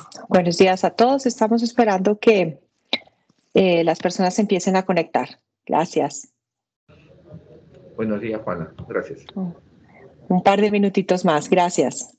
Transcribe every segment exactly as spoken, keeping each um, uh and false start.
Buenos días a todos. Estamos esperando que eh, las personas se empiecen a conectar. Gracias. Buenos días, Juana. Gracias. Un par de minutitos más. Gracias.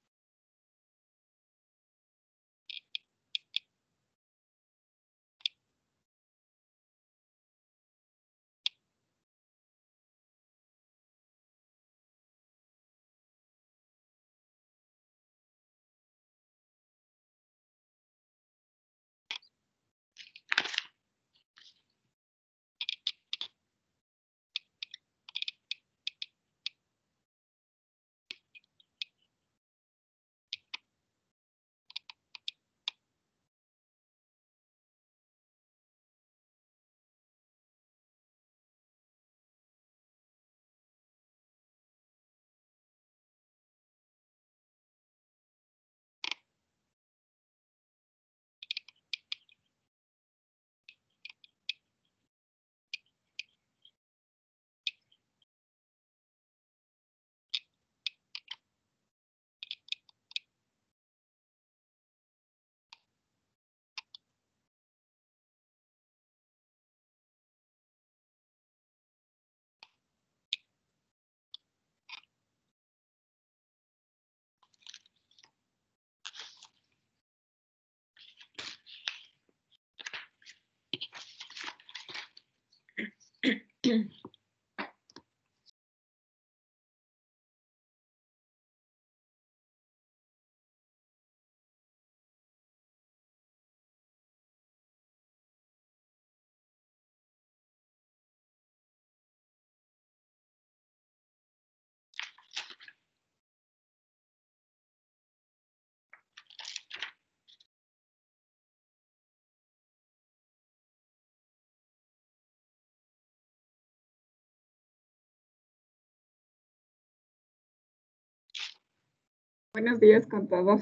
Buenos días con todos.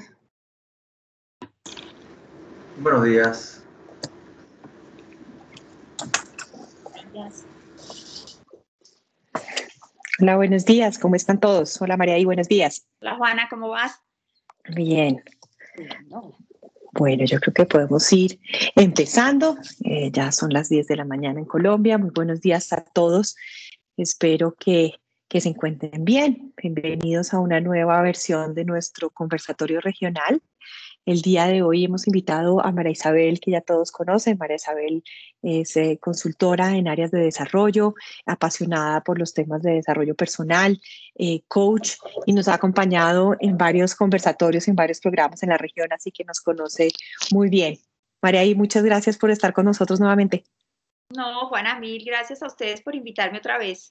Buenos días. Gracias. Hola, buenos días. ¿Cómo están todos? Hola, María y buenos días. Hola, Juana, ¿cómo vas? Bien. No. Bueno, yo creo que podemos ir empezando. Eh, ya son las diez de la mañana en Colombia. Muy buenos días a todos. Espero que, que se encuentren bien. Bienvenidos a una nueva versión de nuestro conversatorio regional. El día de hoy hemos invitado a María Isabel, que ya todos conocen. María Isabel es eh, consultora en áreas de desarrollo, apasionada por los temas de desarrollo personal, eh, coach, y nos ha acompañado en varios conversatorios, en varios programas en la región, así que nos conoce muy bien. María, y muchas gracias por estar con nosotros nuevamente. No, Juana, mil gracias a ustedes por invitarme otra vez.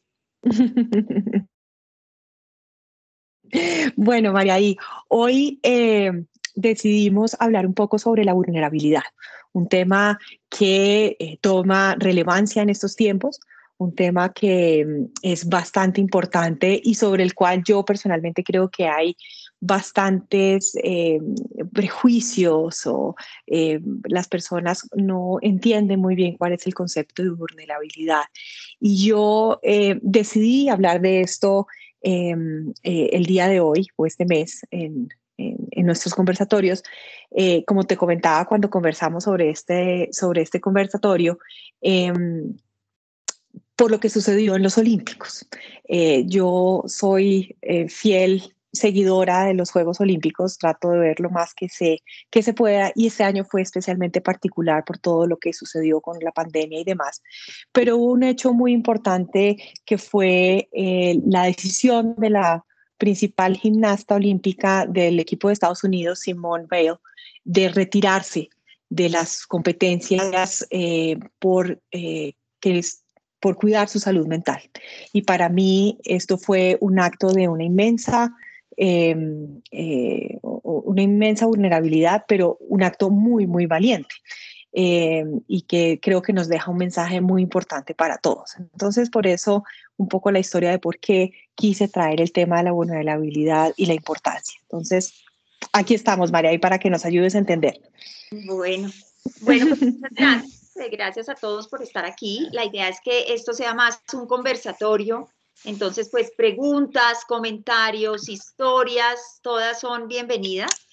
Bueno, María, y hoy eh, decidimos hablar un poco sobre la vulnerabilidad, un tema que eh, toma relevancia en estos tiempos, un tema que mm, es bastante importante y sobre el cual yo personalmente creo que hay bastantes eh, prejuicios o eh, las personas no entienden muy bien cuál es el concepto de vulnerabilidad. Y yo eh, decidí hablar de esto eh, eh, el día de hoy o este mes en, en, en nuestros conversatorios. Eh, como te comentaba cuando conversamos sobre este, sobre este conversatorio, eh, por lo que sucedió en los Olímpicos. Eh, yo soy eh, fiel seguidora de los Juegos Olímpicos, trato de ver lo más que se, que se pueda, y este año fue especialmente particular por todo lo que sucedió con la pandemia y demás. Pero hubo un hecho muy importante que fue eh, la decisión de la principal gimnasta olímpica del equipo de Estados Unidos, Simone Biles, de retirarse de las competencias eh, por eh, que es por cuidar su salud mental. Y para mí esto fue un acto de una inmensa, eh, eh, una inmensa vulnerabilidad, pero un acto muy, muy valiente. Eh, y que creo que nos deja un mensaje muy importante para todos. Entonces, por eso, un poco la historia de por qué quise traer el tema de la vulnerabilidad y la importancia. Entonces, aquí estamos, María, y para que nos ayudes a entender. Bueno, bueno, pues muchas gracias. Gracias a todos por estar aquí. La idea es que esto sea más un conversatorio. Entonces, pues preguntas, comentarios, historias, todas son bienvenidas.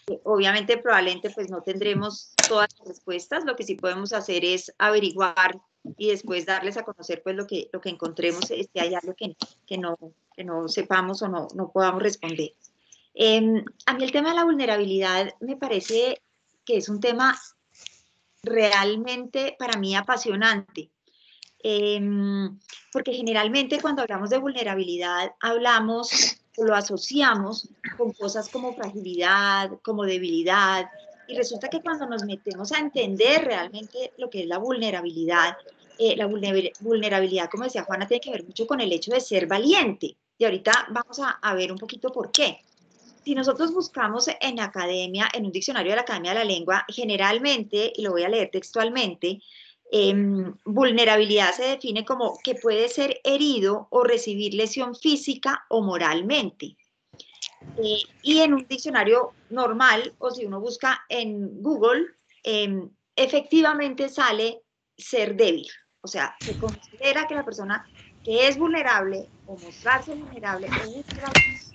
Obviamente, probablemente, pues no tendremos todas las respuestas. Lo que sí podemos hacer es averiguar y después darles a conocer, pues, lo que, lo que encontremos, si hay algo que, que, no, que no sepamos o no, no podamos responder. Eh, a mí el tema de la vulnerabilidad me parece que es un tema realmente, para mí, apasionante. Eh, porque generalmente cuando hablamos de vulnerabilidad, hablamos o lo asociamos con cosas como fragilidad, como debilidad, y resulta que cuando nos metemos a entender realmente lo que es la vulnerabilidad, eh, la vulnerabilidad, como decía Juana, tiene que ver mucho con el hecho de ser valiente, y ahorita vamos a, a ver un poquito por qué. Si nosotros buscamos en la academia, en un diccionario de la Academia de la Lengua, generalmente, y lo voy a leer textualmente, Eh, vulnerabilidad se define como que puede ser herido o recibir lesión física o moralmente. Eh, y en un diccionario normal, o si uno busca en Google, eh, efectivamente sale ser débil. O sea, se considera que la persona que es vulnerable o mostrarse vulnerable o busca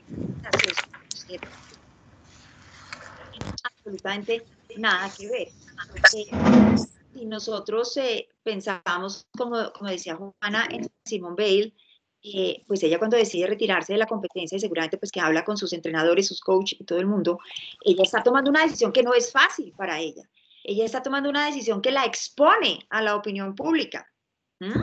absolutamente nada que ver. Eh, si nosotros eh, pensábamos, como, como decía Juana, en Simone Bale, eh, pues ella cuando decide retirarse de la competencia y seguramente pues que habla con sus entrenadores, sus coaches y todo el mundo, ella está tomando una decisión que no es fácil para ella. Ella está tomando una decisión que la expone a la opinión pública. ¿Mm?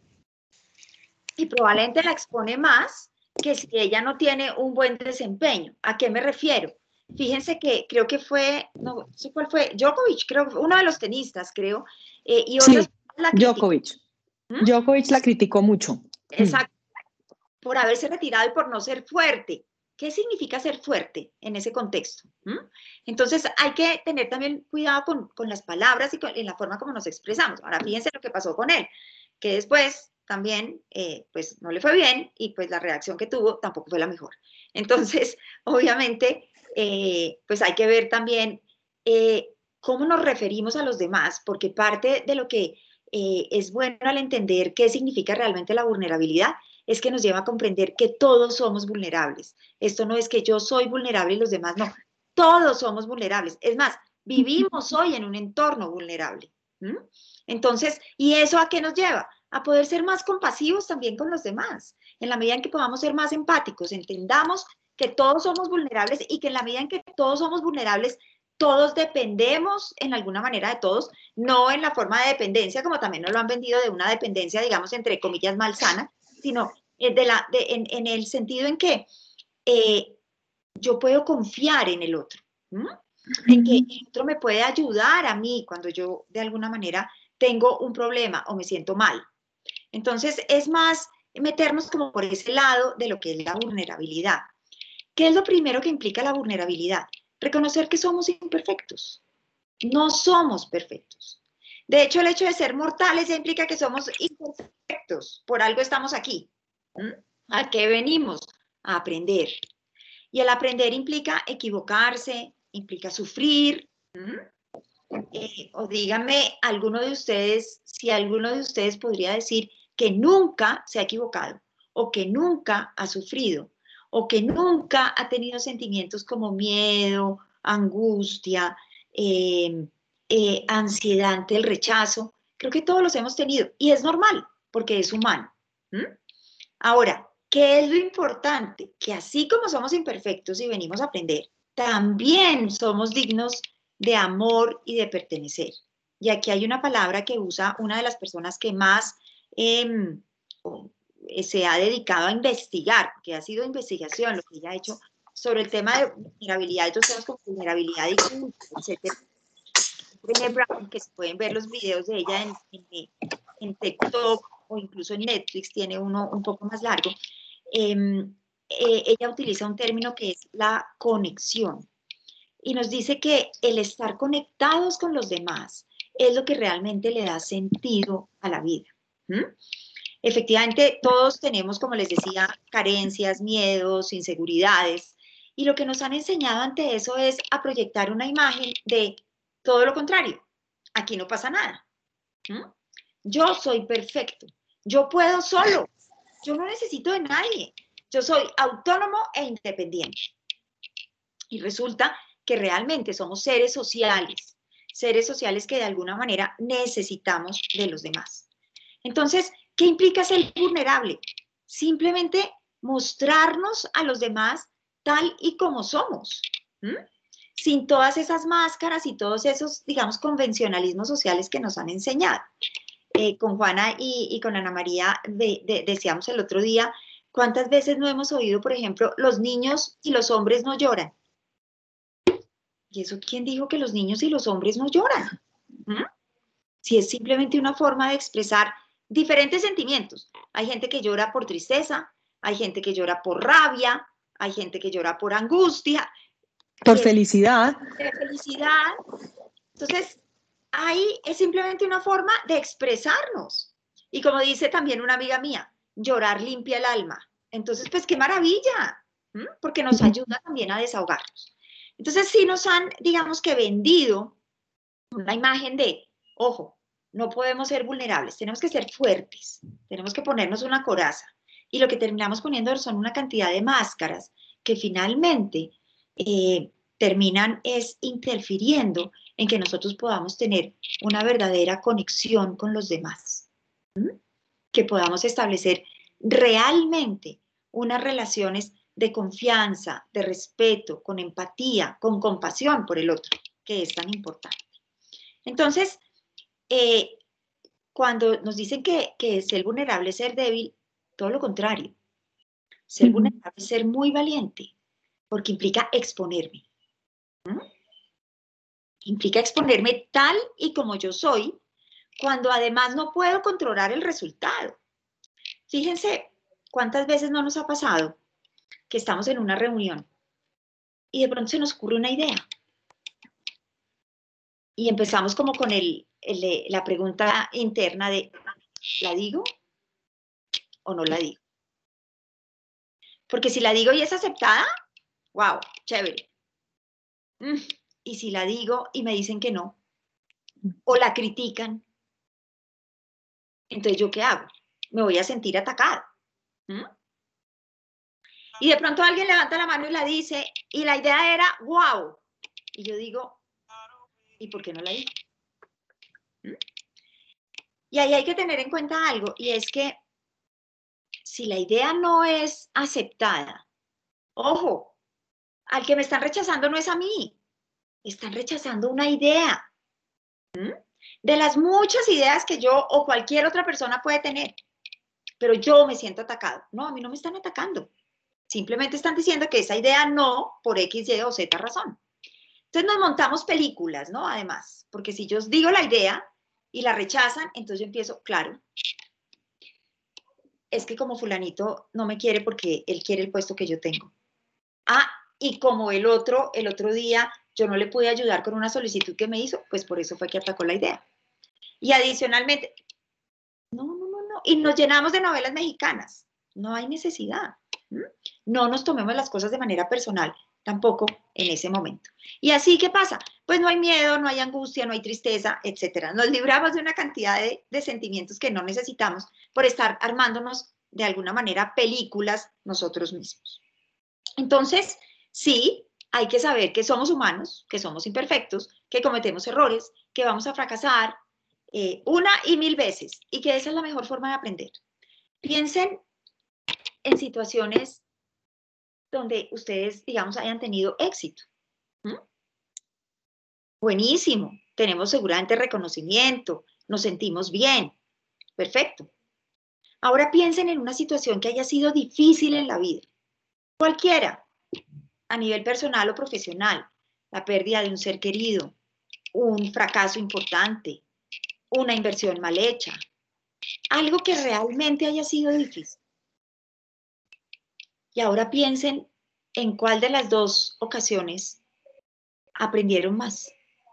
Y probablemente la expone más que si ella no tiene un buen desempeño. ¿A qué me refiero? Fíjense que creo que fue, no sé cuál fue, Djokovic, creo, uno de los tenistas, creo, eh, y otras sí, la Djokovic. ¿Mm? Djokovic la criticó mucho. Exacto, por haberse retirado y por no ser fuerte. ¿Qué significa ser fuerte en ese contexto? ¿Mm? Entonces hay que tener también cuidado con, con las palabras y con, en la forma como nos expresamos. Ahora fíjense lo que pasó con él, que después también eh, pues no le fue bien y pues la reacción que tuvo tampoco fue la mejor. Entonces, obviamente, eh, pues hay que ver también eh, cómo nos referimos a los demás, porque parte de lo que eh, es bueno al entender qué significa realmente la vulnerabilidad es que nos lleva a comprender que todos somos vulnerables. Esto no es que yo soy vulnerable y los demás no. Todos somos vulnerables. Es más, vivimos hoy en un entorno vulnerable. ¿Mm? Entonces, ¿y eso a qué nos lleva? A poder ser más compasivos también con los demás. En la medida en que podamos ser más empáticos, entendamos que todos somos vulnerables y que en la medida en que todos somos vulnerables, todos dependemos en alguna manera de todos, no en la forma de dependencia, como también nos lo han vendido, de una dependencia, digamos, entre comillas, malsana, sino de la, de, en, en el sentido en que eh, yo puedo confiar en el otro, ¿m? En que el otro me puede ayudar a mí cuando yo de alguna manera tengo un problema o me siento mal. Entonces es más meternos como por ese lado de lo que es la vulnerabilidad. ¿Qué es lo primero que implica la vulnerabilidad? Reconocer que somos imperfectos. No somos perfectos. De hecho, el hecho de ser mortales ya implica que somos imperfectos. Por algo estamos aquí. ¿Mm? ¿A qué venimos? A aprender. Y el aprender implica equivocarse, implica sufrir. ¿Mm? Eh, o díganme, alguno de ustedes, si alguno de ustedes podría decir que nunca se ha equivocado, o que nunca ha sufrido, o que nunca ha tenido sentimientos como miedo, angustia, eh, eh, ansiedad ante el rechazo. Creo que todos los hemos tenido y es normal porque es humano. ¿Mm? Ahora, ¿qué es lo importante? Que así como somos imperfectos y venimos a aprender, también somos dignos de amor y de pertenecer. Y aquí hay una palabra que usa una de las personas que más eh, se ha dedicado a investigar, que ha sido investigación, lo que ella ha hecho sobre el tema de vulnerabilidad, estos temas como vulnerabilidad y culpa, etcétera. Brené Brown, que se pueden ver los videos de ella en, en, en TikTok o incluso en Netflix, tiene uno un poco más largo. Eh, eh, ella utiliza un término que es la conexión y nos dice que el estar conectados con los demás es lo que realmente le da sentido a la vida. ¿Mm? Efectivamente, todos tenemos, como les decía, carencias, miedos, inseguridades, y lo que nos han enseñado ante eso es a proyectar una imagen de todo lo contrario. Aquí no pasa nada. ¿Mm? Yo soy perfecto. Yo puedo solo. Yo no necesito de nadie. Yo soy autónomo e independiente. Y resulta que realmente somos seres sociales, seres sociales que de alguna manera necesitamos de los demás. Entonces, ¿qué implica ser vulnerable? Simplemente mostrarnos a los demás tal y como somos, ¿m? Sin todas esas máscaras y todos esos, digamos, convencionalismos sociales que nos han enseñado. Eh, con Juana y, y con Ana María de, de, decíamos el otro día, ¿cuántas veces no hemos oído, por ejemplo, los niños y los hombres no lloran? ¿Y eso quién dijo que los niños y los hombres no lloran? ¿Mm? Si es simplemente una forma de expresar diferentes sentimientos. Hay gente que llora por tristeza, hay gente que llora por rabia, hay gente que llora por angustia. Por felicidad. De felicidad. Entonces, ahí es simplemente una forma de expresarnos. Y como dice también una amiga mía, llorar limpia el alma. Entonces, pues qué maravilla, ¿m? Porque nos ayuda también a desahogarnos. Entonces, sí nos han, digamos que vendido una imagen de, ojo, no podemos ser vulnerables, tenemos que ser fuertes, tenemos que ponernos una coraza. Y lo que terminamos poniendo son una cantidad de máscaras que finalmente eh, terminan es interfiriendo en que nosotros podamos tener una verdadera conexión con los demás. ¿Mm? Que podamos establecer realmente unas relaciones de confianza, de respeto, con empatía, con compasión por el otro, que es tan importante. Entonces, eh, cuando nos dicen que, que ser vulnerable es ser débil, todo lo contrario. Ser vulnerable es ser muy valiente, porque implica exponerme. ¿Mm? Implica exponerme tal y como yo soy, cuando además no puedo controlar el resultado. Fíjense cuántas veces no nos ha pasado que estamos en una reunión y de pronto se nos ocurre una idea. Y empezamos como con el, el, la pregunta interna de, ¿la digo o no la digo? Porque si la digo y es aceptada, wow, chévere. Mm, y si la digo y me dicen que no, o la critican, entonces ¿yo qué hago? Me voy a sentir atacada. ¿Mm? Y de pronto alguien levanta la mano y la dice, y la idea era, wow. Y yo digo, ¿y por qué no la digo? ¿Mm? Y ahí hay que tener en cuenta algo, y es que si la idea no es aceptada, ojo, al que me están rechazando no es a mí, están rechazando una idea. ¿Mm? De las muchas ideas que yo o cualquier otra persona puede tener, pero yo me siento atacado. No, a mí no me están atacando. Simplemente están diciendo que esa idea no, por X, Y o Z razón. Entonces nos montamos películas, ¿no? Además, porque si yo os digo la idea y la rechazan, entonces yo empiezo, claro, es que como fulanito no me quiere porque él quiere el puesto que yo tengo. Ah, y como el otro, el otro día yo no le pude ayudar con una solicitud que me hizo, pues por eso fue que atacó la idea. Y adicionalmente, no, no, no, no, y nos llenamos de novelas mexicanas. No hay necesidad. ¿Mm? No nos tomemos las cosas de manera personal, tampoco en ese momento. ¿Y así qué pasa? Pues no hay miedo, no hay angustia, no hay tristeza, etcétera. Nos libramos de una cantidad de, de sentimientos que no necesitamos por estar armándonos de alguna manera películas nosotros mismos. Entonces, sí, hay que saber que somos humanos, que somos imperfectos, que cometemos errores, que vamos a fracasar eh, una y mil veces y que esa es la mejor forma de aprender. Piensen en situaciones donde ustedes, digamos, hayan tenido éxito. ¿Mm? Buenísimo, tenemos seguramente reconocimiento, nos sentimos bien, perfecto. Ahora piensen en una situación que haya sido difícil en la vida, cualquiera, a nivel personal o profesional, la pérdida de un ser querido, un fracaso importante, una inversión mal hecha, algo que realmente haya sido difícil. Y ahora piensen en cuál de las dos ocasiones aprendieron más.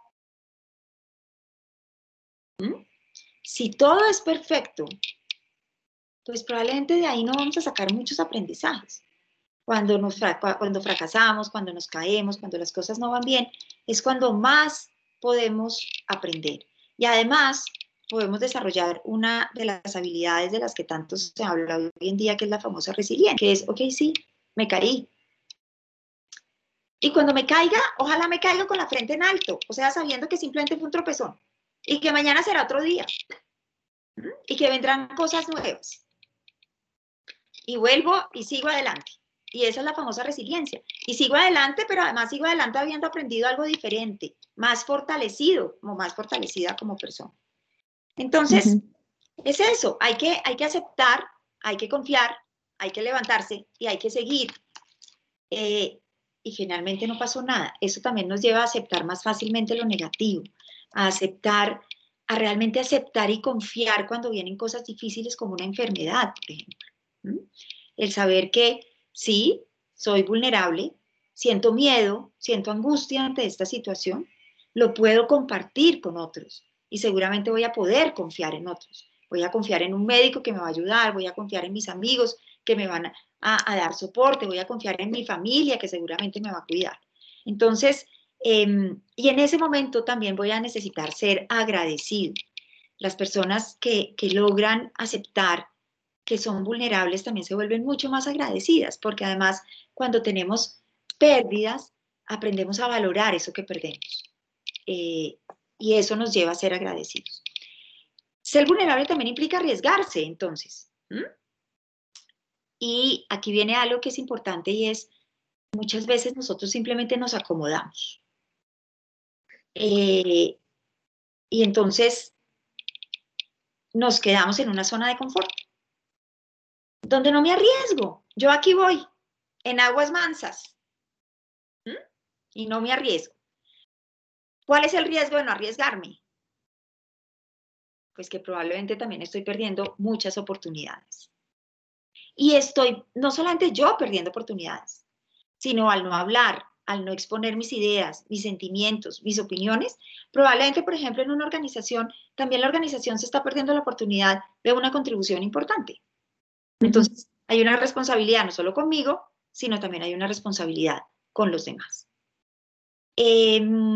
¿Mm? Si todo es perfecto, pues probablemente de ahí no vamos a sacar muchos aprendizajes. Cuando, nos, cuando fracasamos, cuando nos caemos, cuando las cosas no van bien, es cuando más podemos aprender. Y además podemos desarrollar una de las habilidades de las que tanto se habla hoy en día, que es la famosa resiliencia, que es, ok, sí, me caí, Y cuando me caiga, ojalá me caiga con la frente en alto, o sea, sabiendo que simplemente fue un tropezón y que mañana será otro día y que vendrán cosas nuevas. Y vuelvo y sigo adelante. Y esa es la famosa resiliencia. Y sigo adelante, pero además sigo adelante habiendo aprendido algo diferente, más fortalecido, o más fortalecida como persona. Entonces, uh-huh. es eso, hay que, hay que aceptar, hay que confiar, hay que levantarse y hay que seguir. Eh, y finalmente no pasó nada. Eso también nos lleva a aceptar más fácilmente lo negativo, a aceptar, a realmente aceptar y confiar cuando vienen cosas difíciles como una enfermedad, por ejemplo. ¿Mm? El saber que sí, soy vulnerable, siento miedo, siento angustia ante esta situación, lo puedo compartir con otros y seguramente voy a poder confiar en otros. Voy a confiar en un médico que me va a ayudar, voy a confiar en mis amigos que me van a, a, a dar soporte, voy a confiar en mi familia que seguramente me va a cuidar. Entonces, eh, y en ese momento también voy a necesitar ser agradecido. Las personas que, que logran aceptar que son vulnerables también se vuelven mucho más agradecidas, porque además cuando tenemos pérdidas, aprendemos a valorar eso que perdemos. Eh, y eso nos lleva a ser agradecidos. Ser vulnerable también implica arriesgarse, entonces. ¿Mm? Y aquí viene algo que es importante y es, muchas veces nosotros simplemente nos acomodamos. Eh, y entonces nos quedamos en una zona de confort, donde no me arriesgo. Yo aquí voy, en aguas mansas, ¿Mm? y no me arriesgo. ¿Cuál es el riesgo de no arriesgarme? Pues que probablemente también estoy perdiendo muchas oportunidades. Y estoy, no solamente yo perdiendo oportunidades, sino al no hablar, al no exponer mis ideas, mis sentimientos, mis opiniones, probablemente, por ejemplo, en una organización, también la organización se está perdiendo la oportunidad de una contribución importante. Entonces, hay una responsabilidad no solo conmigo, sino también hay una responsabilidad con los demás. Eh,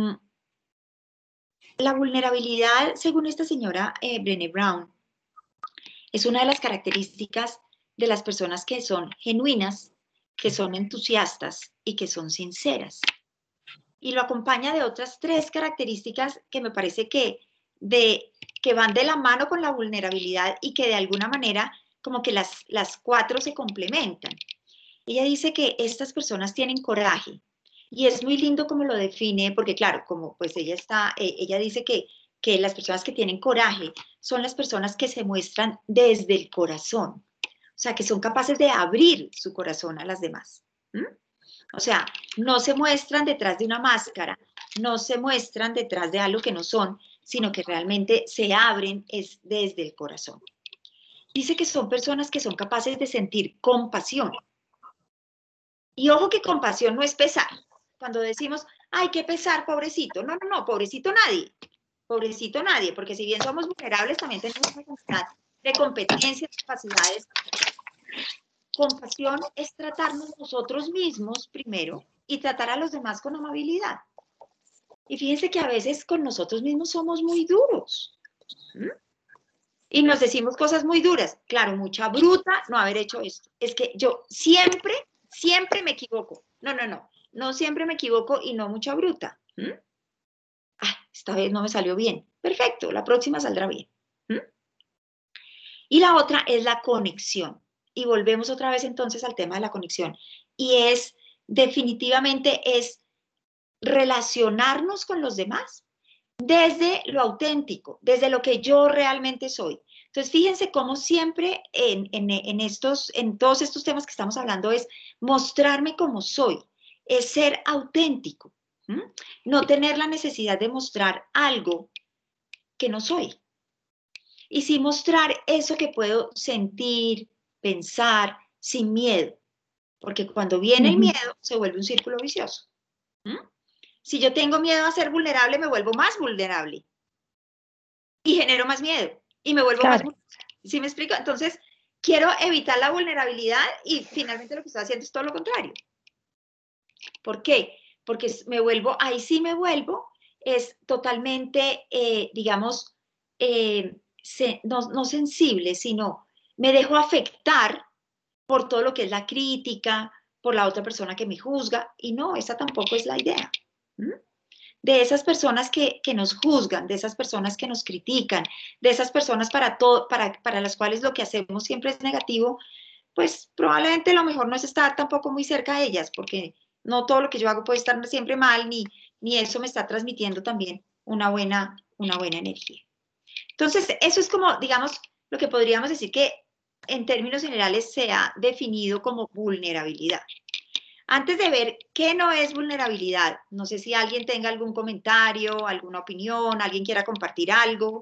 la vulnerabilidad, según esta señora eh, Brené Brown, es una de las características de las personas que son genuinas, que son entusiastas y que son sinceras. Y lo acompaña de otras tres características que me parece que, de, que van de la mano con la vulnerabilidad y que de alguna manera como que las, las cuatro se complementan. Ella dice que estas personas tienen coraje y es muy lindo como lo define, porque claro, como pues ella está, eh, ella dice que, que las personas que tienen coraje son las personas que se muestran desde el corazón, o sea, que son capaces de abrir su corazón a las demás. ¿Mm? O sea, no se muestran detrás de una máscara, no se muestran detrás de algo que no son, sino que realmente se abren es desde el corazón. Dice que son personas que son capaces de sentir compasión. Y ojo que compasión no es pesar. Cuando decimos, ay, qué pesar, pobrecito. No, no, no, pobrecito nadie. Pobrecito nadie, porque si bien somos vulnerables, también tenemos una cantidad de competencias, capacidades. Compasión es tratarnos nosotros mismos primero y tratar a los demás con amabilidad. Y fíjense que a veces con nosotros mismos somos muy duros. ¿Mm? Y nos decimos cosas muy duras. Claro, mucha bruta no haber hecho esto. Es que yo siempre, siempre me equivoco. No, no, no. No siempre me equivoco y no mucha bruta. ¿Mm? Ah, esta vez no me salió bien. Perfecto, la próxima saldrá bien. ¿Mm? Y la otra es la conexión. Y volvemos otra vez entonces al tema de la conexión. Y es, definitivamente, es relacionarnos con los demás desde lo auténtico, desde lo que yo realmente soy. Entonces, fíjense cómo siempre en, en, en, estos, en todos estos temas que estamos hablando es mostrarme como soy, es ser auténtico, ¿m? No tener la necesidad de mostrar algo que no soy. Y sí mostrar eso que puedo sentir, pensar, sin miedo. Porque cuando viene el miedo, se vuelve un círculo vicioso. ¿Mm? Si yo tengo miedo a ser vulnerable, me vuelvo más vulnerable. Y genero más miedo. Y me vuelvo claro. más vulnerable. ¿Sí me explico? Entonces, quiero evitar la vulnerabilidad y finalmente lo que estoy haciendo es todo lo contrario. ¿Por qué? Porque me vuelvo, ahí sí me vuelvo, es totalmente, eh, digamos, eh, se, no, no sensible, sino me dejo afectar por todo lo que es la crítica, por la otra persona que me juzga, y no, esa tampoco es la idea. ¿Mm? De esas personas que, que nos juzgan, de esas personas que nos critican, de esas personas para, todo, para, para las cuales lo que hacemos siempre es negativo, pues probablemente lo mejor no es estar tampoco muy cerca de ellas, porque no todo lo que yo hago puede estar siempre mal, ni, ni eso me está transmitiendo también una buena, una buena energía. Entonces, eso es como, digamos, lo que podríamos decir que en términos generales se ha definido como vulnerabilidad. Antes de ver qué no es vulnerabilidad, no sé si alguien tenga algún comentario, alguna opinión, alguien quiera compartir algo.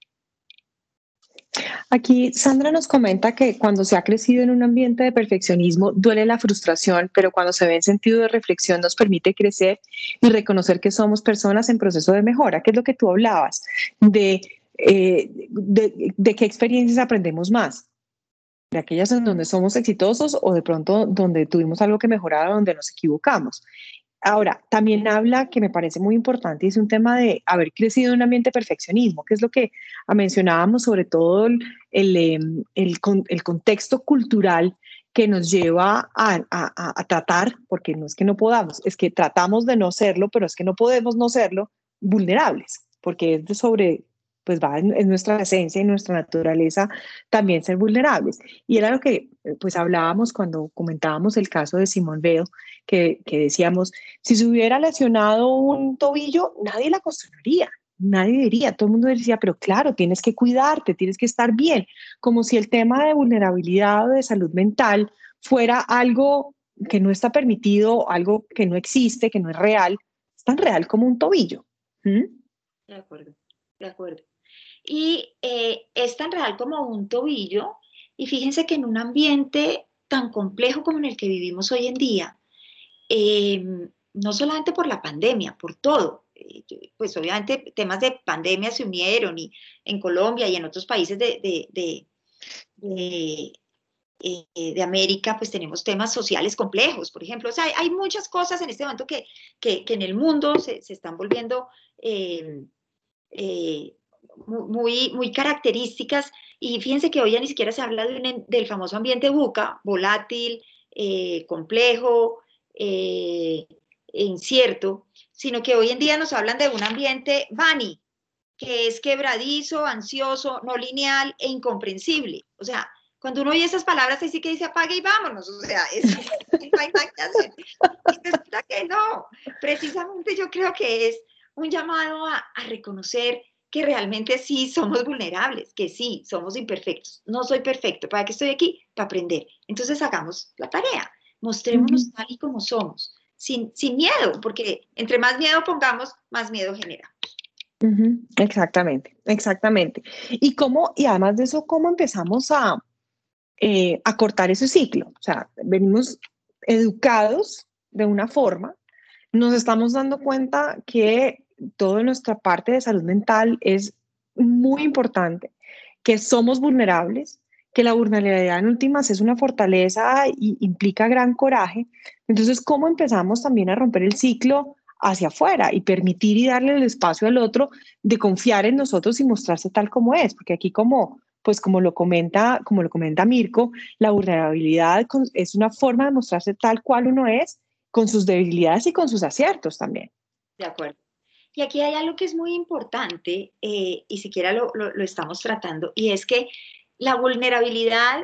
Aquí Sandra nos comenta que cuando se ha crecido en un ambiente de perfeccionismo duele la frustración, pero cuando se ve en sentido de reflexión nos permite crecer y reconocer que somos personas en proceso de mejora, que es lo que tú hablabas, de, eh, de, de qué experiencias aprendemos más, de aquellas en donde somos exitosos o de pronto donde tuvimos algo que mejorar o donde nos equivocamos. Ahora, también habla, que me parece muy importante, y es un tema de haber crecido en un ambiente de perfeccionismo, que es lo que mencionábamos, sobre todo el, el, el, el contexto cultural que nos lleva a, a, a tratar, porque no es que no podamos, es que tratamos de no serlo, pero es que no podemos no serlo, vulnerables, porque es de sobre, pues va en, en nuestra esencia y nuestra naturaleza también ser vulnerables. Y era lo que pues hablábamos cuando comentábamos el caso de Simone Weil, que, que decíamos, si se hubiera lesionado un tobillo, nadie la construiría, nadie diría, todo el mundo decía, pero claro, tienes que cuidarte, tienes que estar bien, como si el tema de vulnerabilidad o de salud mental fuera algo que no está permitido, algo que no existe, que no es real, es tan real como un tobillo. ¿Mm? De acuerdo, de acuerdo. Y eh, es tan real como un tobillo, y fíjense que en un ambiente tan complejo como en el que vivimos hoy en día, eh, no solamente por la pandemia, por todo, eh, pues obviamente temas de pandemia se unieron, y en Colombia y en otros países de, de, de, de, eh, de América, pues tenemos temas sociales complejos, por ejemplo. O sea, hay, hay muchas cosas en este momento que, que, que en el mundo se, se están volviendo eh, eh, muy, muy características, y fíjense que hoy ya ni siquiera se habla de un, del famoso ambiente VUCA, volátil, eh, complejo, eh, incierto, sino que hoy en día nos hablan de un ambiente VANI, que es quebradizo, ansioso, no lineal e incomprensible. O sea, cuando uno oye esas palabras, ahí sí que dice apague y vámonos, o sea, es, no hay nada que hacer. Y resulta que no, precisamente yo creo que es un llamado a, a reconocer que realmente sí somos vulnerables, que sí somos imperfectos. No soy perfecto, ¿para qué estoy aquí? Para aprender. Entonces hagamos la tarea, mostrémonos uh-huh. tal y como somos, sin, sin miedo, porque entre más miedo pongamos, más miedo genera. Uh-huh. Exactamente, exactamente. Y cómo, y además de eso, ¿cómo empezamos a, eh, a cortar ese ciclo? O sea, venimos educados de una forma, nos estamos dando cuenta que toda nuestra parte de salud mental es muy importante, que somos vulnerables, que la vulnerabilidad en últimas es una fortaleza y implica gran coraje. Entonces, ¿cómo empezamos también a romper el ciclo hacia afuera y permitir y darle el espacio al otro de confiar en nosotros y mostrarse tal como es? Porque aquí, como pues como lo comenta, como lo comenta Mirko, la vulnerabilidad es una forma de mostrarse tal cual uno es, con sus debilidades y con sus aciertos también. De acuerdo. Y aquí hay algo que es muy importante, eh, y siquiera lo, lo, lo estamos tratando, y es que la vulnerabilidad,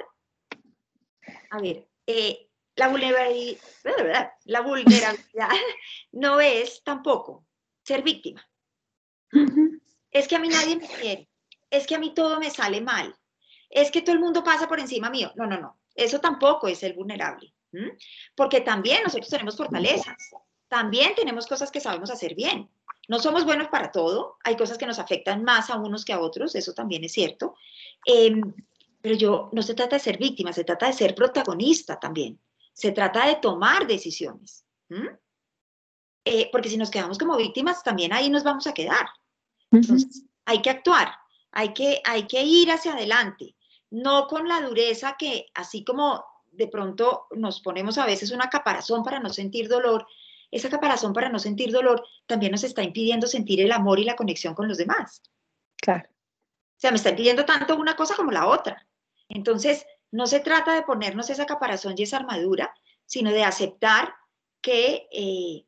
a ver, eh, la vulnerabilidad, la vulnerabilidad no es tampoco ser víctima. Uh-huh. Es que a mí nadie me quiere, es que a mí todo me sale mal, es que todo el mundo pasa por encima mío. No, no, no, eso tampoco es ser vulnerable, ¿Mm? Porque también nosotros tenemos fortalezas, también tenemos cosas que sabemos hacer bien. No somos buenos para todo, hay cosas que nos afectan más a unos que a otros, eso también es cierto. Eh, pero yo, no se trata de ser víctima, se trata de ser protagonista también. Se trata de tomar decisiones. ¿Mm? Eh, porque si nos quedamos como víctimas, también ahí nos vamos a quedar. Entonces, uh-huh. hay que actuar, hay que, hay que ir hacia adelante, no con la dureza que, así como de pronto nos ponemos a veces una caparazón para no sentir dolor, esa caparazón para no sentir dolor también nos está impidiendo sentir el amor y la conexión con los demás. Claro. O sea, me está impidiendo tanto una cosa como la otra. Entonces, no se trata de ponernos esa caparazón y esa armadura, sino de aceptar que eh,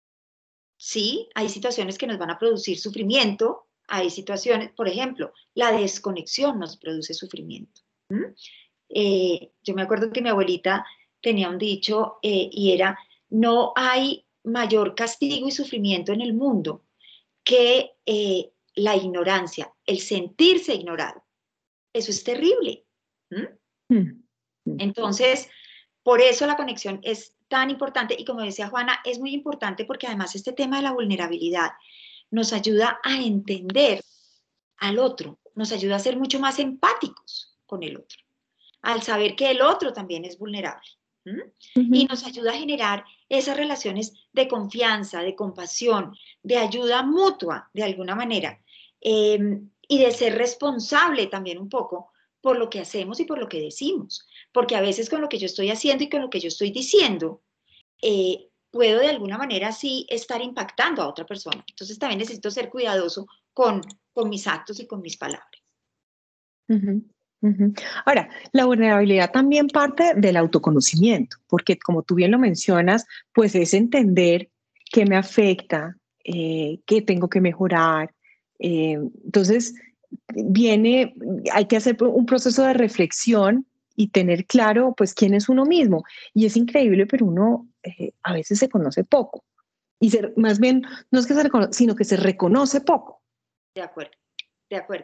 sí, hay situaciones que nos van a producir sufrimiento, hay situaciones, por ejemplo, la desconexión nos produce sufrimiento. ¿Mm? Eh, yo me acuerdo que mi abuelita tenía un dicho eh, y era, no hay mayor castigo y sufrimiento en el mundo que eh, la ignorancia, el sentirse ignorado. Eso es terrible. ¿Mm? Mm. Entonces, por eso la conexión es tan importante y como decía Juana, es muy importante porque además este tema de la vulnerabilidad nos ayuda a entender al otro, nos ayuda a ser mucho más empáticos con el otro, al saber que el otro también es vulnerable. ¿Mm? Uh-huh. Y nos ayuda a generar esas relaciones de confianza, de compasión, de ayuda mutua, de alguna manera, eh, y de ser responsable también un poco por lo que hacemos y por lo que decimos, porque a veces con lo que yo estoy haciendo y con lo que yo estoy diciendo, eh, puedo de alguna manera sí estar impactando a otra persona. Entonces también necesito ser cuidadoso con, con mis actos y con mis palabras. Uh-huh. Uh-huh. Ahora, la vulnerabilidad también parte del autoconocimiento, porque como tú bien lo mencionas, pues es entender qué me afecta, eh, qué tengo que mejorar. Eh, entonces, viene, hay que hacer un proceso de reflexión y tener claro, pues, quién es uno mismo. Y es increíble, pero uno eh, a veces se conoce poco. Y se, más bien, no es que se reconoce, sino que se reconoce poco. De acuerdo, de acuerdo.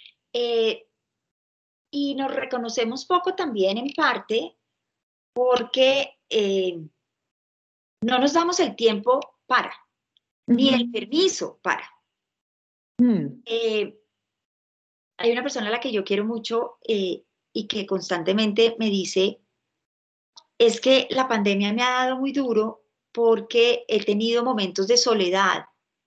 Eh, y nos reconocemos poco también en parte porque eh, no nos damos el tiempo para, uh-huh. ni el permiso para. Uh-huh. Eh, hay una persona a la que yo quiero mucho eh, y que constantemente me dice, es que la pandemia me ha dado muy duro porque he tenido momentos de soledad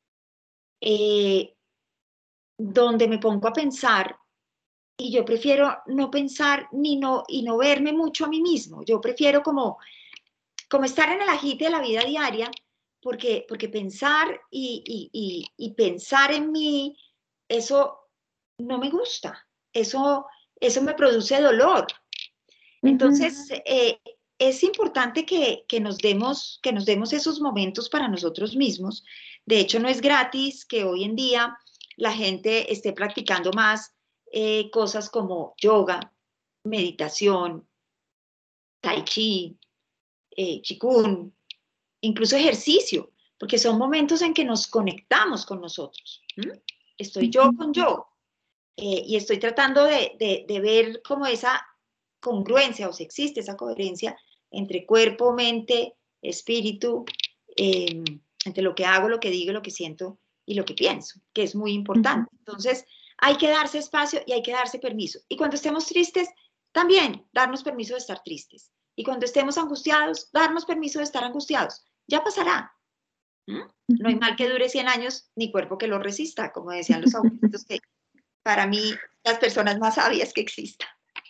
eh, donde me pongo a pensar y yo prefiero no pensar ni no, y no verme mucho a mí mismo. Yo prefiero como, como estar en el agite de la vida diaria porque, porque pensar y, y, y, y pensar en mí, eso no me gusta. Eso, eso me produce dolor. Entonces, uh-huh. eh, es importante que, que, nos demos, que nos demos esos momentos para nosotros mismos. De hecho, no es gratis que hoy en día la gente esté practicando más eh, cosas como yoga, meditación, tai chi, eh, qigong, incluso ejercicio, porque son momentos en que nos conectamos con nosotros. ¿Mm? Estoy yo uh-huh. con yo eh, y estoy tratando de, de, de ver como esa congruencia o si existe esa coherencia entre cuerpo, mente, espíritu, eh, entre lo que hago, lo que digo, lo que siento y lo que pienso, que es muy importante. Uh-huh. Entonces, hay que darse espacio y hay que darse permiso. Y cuando estemos tristes, también darnos permiso de estar tristes. Y cuando estemos angustiados, darnos permiso de estar angustiados. Ya pasará. ¿Mm? No hay mal que dure cien años, ni cuerpo que lo resista, como decían los abuelitos, que para mí, las personas más sabias que existan.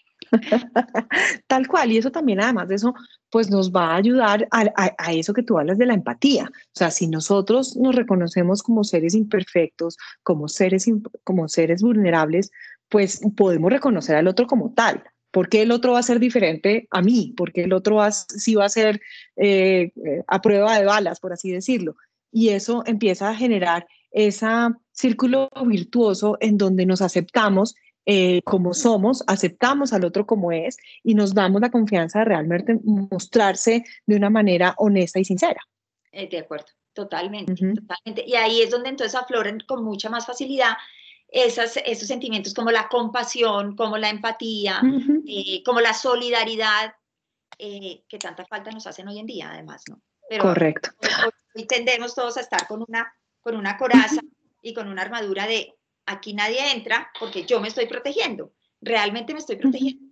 Tal cual, y eso también, además de eso, pues nos va a ayudar a, a, a eso que tú hablas de la empatía. O sea, si nosotros nos reconocemos como seres imperfectos, como seres, como seres vulnerables, pues podemos reconocer al otro como tal. ¿Por qué el otro va a ser diferente a mí? ¿Por qué el otro va, sí va a ser eh, a prueba de balas, por así decirlo? Y eso empieza a generar ese círculo virtuoso en donde nos aceptamos Eh, como somos, aceptamos al otro como es y nos damos la confianza de realmente mostrarse de una manera honesta y sincera. Eh, de acuerdo, totalmente, uh-huh. totalmente. Y ahí es donde entonces afloran con mucha más facilidad esas, esos sentimientos como la compasión, como la empatía, uh-huh. eh, como la solidaridad, eh, que tanta falta nos hacen hoy en día, además, ¿no? Pero correcto. Hoy, hoy, hoy tendemos todos a estar con una, con una coraza uh-huh. y con una armadura de aquí nadie entra porque yo me estoy protegiendo. Realmente me estoy protegiendo.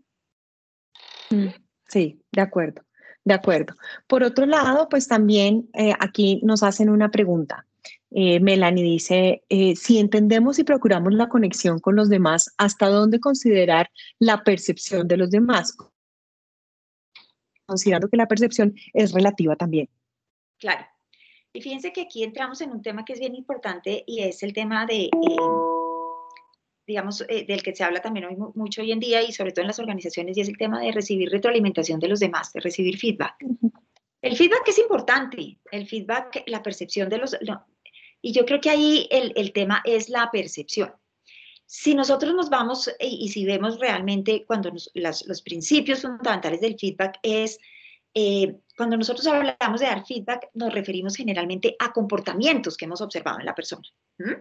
Sí, de acuerdo, de acuerdo. Por otro lado, pues también eh, aquí nos hacen una pregunta. Eh, Melanie dice, eh, si entendemos y procuramos la conexión con los demás, ¿hasta dónde considerar la percepción de los demás? Considerando que la percepción es relativa también. Claro. Y fíjense que aquí entramos en un tema que es bien importante y es el tema de... Eh, digamos, eh, del que se habla también hoy, mucho hoy en día y sobre todo en las organizaciones, y es el tema de recibir retroalimentación de los demás, de recibir feedback. El feedback es importante, el feedback, la percepción de los... No, y yo creo que ahí el, el tema es la percepción. Si nosotros nos vamos y, y si vemos realmente cuando nos, las, los principios fundamentales del feedback es, eh, cuando nosotros hablamos de dar feedback, nos referimos generalmente a comportamientos que hemos observado en la persona. ¿Mm?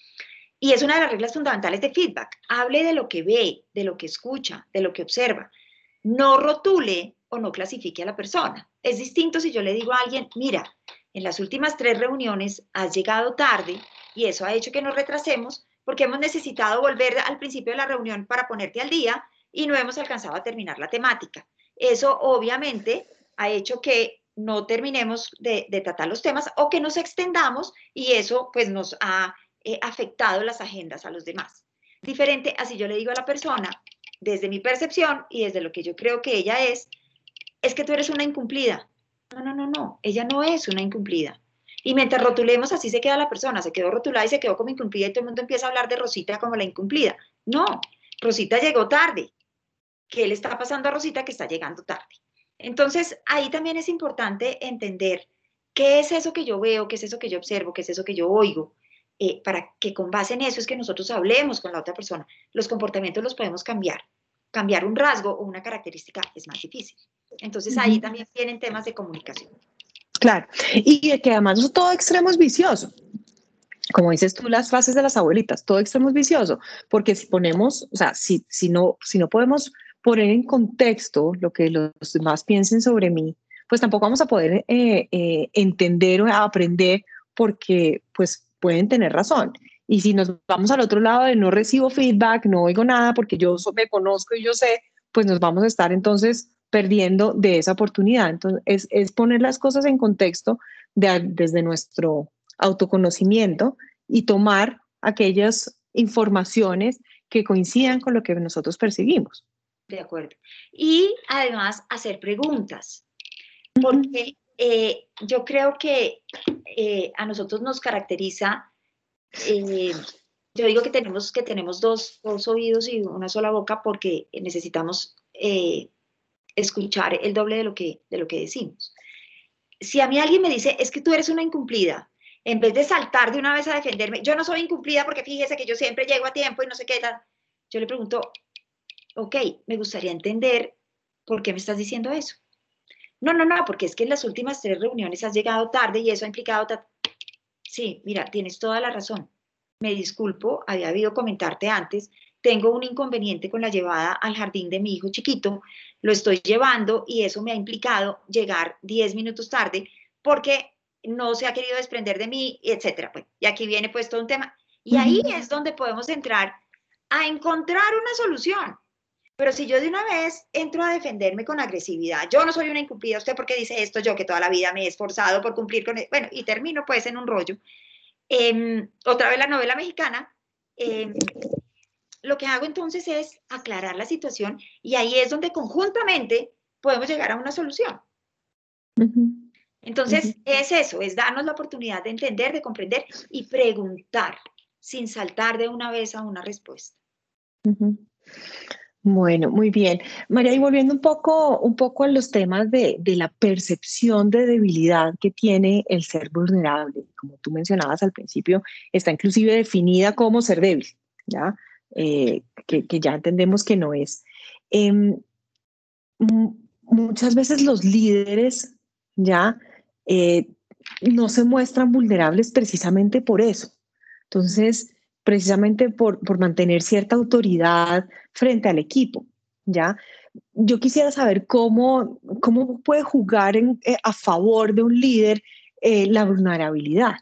Y es una de las reglas fundamentales de feedback. Hable de lo que ve, de lo que escucha, de lo que observa. No rotule o no clasifique a la persona. Es distinto si yo le digo a alguien, mira, en las últimas tres reuniones has llegado tarde y eso ha hecho que nos retrasemos porque hemos necesitado volver al principio de la reunión para ponerte al día y no hemos alcanzado a terminar la temática. Eso obviamente ha hecho que no terminemos de, de tratar los temas o que nos extendamos y eso pues nos ha eh, afectado las agendas a los demás. Diferente así yo le digo a la persona, desde mi percepción y desde lo que yo creo que ella es, es que tú eres una incumplida. No, no, no, no, ella no es una incumplida. Y mientras rotulemos, así se queda la persona, se quedó rotulada y se quedó como incumplida y todo el mundo empieza a hablar de Rosita como la incumplida. No, Rosita llegó tarde. ¿Qué le está pasando a Rosita que está llegando tarde? Entonces, ahí también es importante entender qué es eso que yo veo, qué es eso que yo observo, qué es eso que yo oigo, eh, para que con base en eso es que nosotros hablemos con la otra persona. Los comportamientos los podemos cambiar. Cambiar un rasgo o una característica es más difícil. Entonces, ahí uh-huh. también vienen temas de comunicación. Claro, y que además todo extremo es vicioso. Como dices tú, las frases de las abuelitas, todo extremo es vicioso, porque si ponemos, o sea, si, si, no, si no podemos poner en contexto lo que los demás piensen sobre mí, pues tampoco vamos a poder eh, eh, entender o aprender porque pues pueden tener razón. Y si nos vamos al otro lado de no recibo feedback, no oigo nada porque yo me conozco y yo sé, pues nos vamos a estar entonces perdiendo de esa oportunidad. Entonces, es, es poner las cosas en contexto de, desde nuestro autoconocimiento y tomar aquellas informaciones que coincidan con lo que nosotros percibimos. De acuerdo. Y además hacer preguntas, porque eh, yo creo que eh, a nosotros nos caracteriza, eh, yo digo que tenemos, que tenemos dos, dos oídos y una sola boca porque necesitamos eh, escuchar el doble de lo, que, de lo que decimos. Si a mí alguien me dice, es que tú eres una incumplida, en vez de saltar de una vez a defenderme, yo no soy incumplida porque fíjese que yo siempre llego a tiempo y no sé qué tal, yo le pregunto, ok, me gustaría entender por qué me estás diciendo eso. No, no, no, porque es que en las últimas tres reuniones has llegado tarde y eso ha implicado... Sí, mira, tienes toda la razón. Me disculpo, había habido comentarte antes, tengo un inconveniente con la llevada al jardín de mi hijo chiquito, lo estoy llevando y eso me ha implicado llegar diez minutos tarde porque no se ha querido desprender de mí, etcétera. Pues, y aquí viene pues todo un tema. Y ahí es donde podemos entrar a encontrar una solución. Pero si yo de una vez entro a defenderme con agresividad, yo no soy una incumplida, ¿usted por qué dice esto? Yo que toda la vida me he esforzado por cumplir con... Bueno, y termino pues en un rollo. Eh, otra vez la novela mexicana. Eh, lo que hago entonces es aclarar la situación y ahí es donde conjuntamente podemos llegar a una solución. Uh-huh. Entonces, uh-huh. es eso, es darnos la oportunidad de entender, de comprender y preguntar sin saltar de una vez a una respuesta. Uh-huh. Bueno, muy bien. María, y volviendo un poco, un poco a los temas de, de la percepción de debilidad que tiene el ser vulnerable, como tú mencionabas al principio, está inclusive definida como ser débil, ¿ya? Eh, que, que ya entendemos que no es. Eh, muchas veces los líderes ya eh, no se muestran vulnerables precisamente por eso. Entonces, precisamente por, por mantener cierta autoridad frente al equipo, ¿ya? Yo quisiera saber cómo, cómo puede jugar en, eh, a favor de un líder eh, la vulnerabilidad.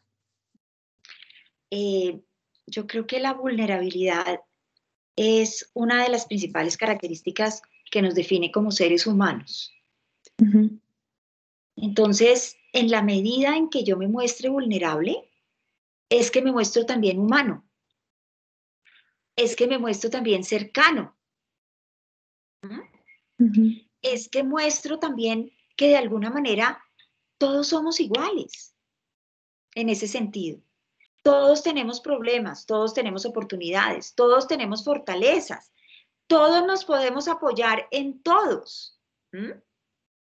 Eh, yo creo que la vulnerabilidad es una de las principales características que nos define como seres humanos. Uh-huh. Entonces, en la medida en que yo me muestre vulnerable, es que me muestro también humano. Es que me muestro también cercano. Uh-huh. Es que muestro también que de alguna manera todos somos iguales en ese sentido. Todos tenemos problemas, todos tenemos oportunidades, todos tenemos fortalezas, todos nos podemos apoyar en todos. ¿Mm?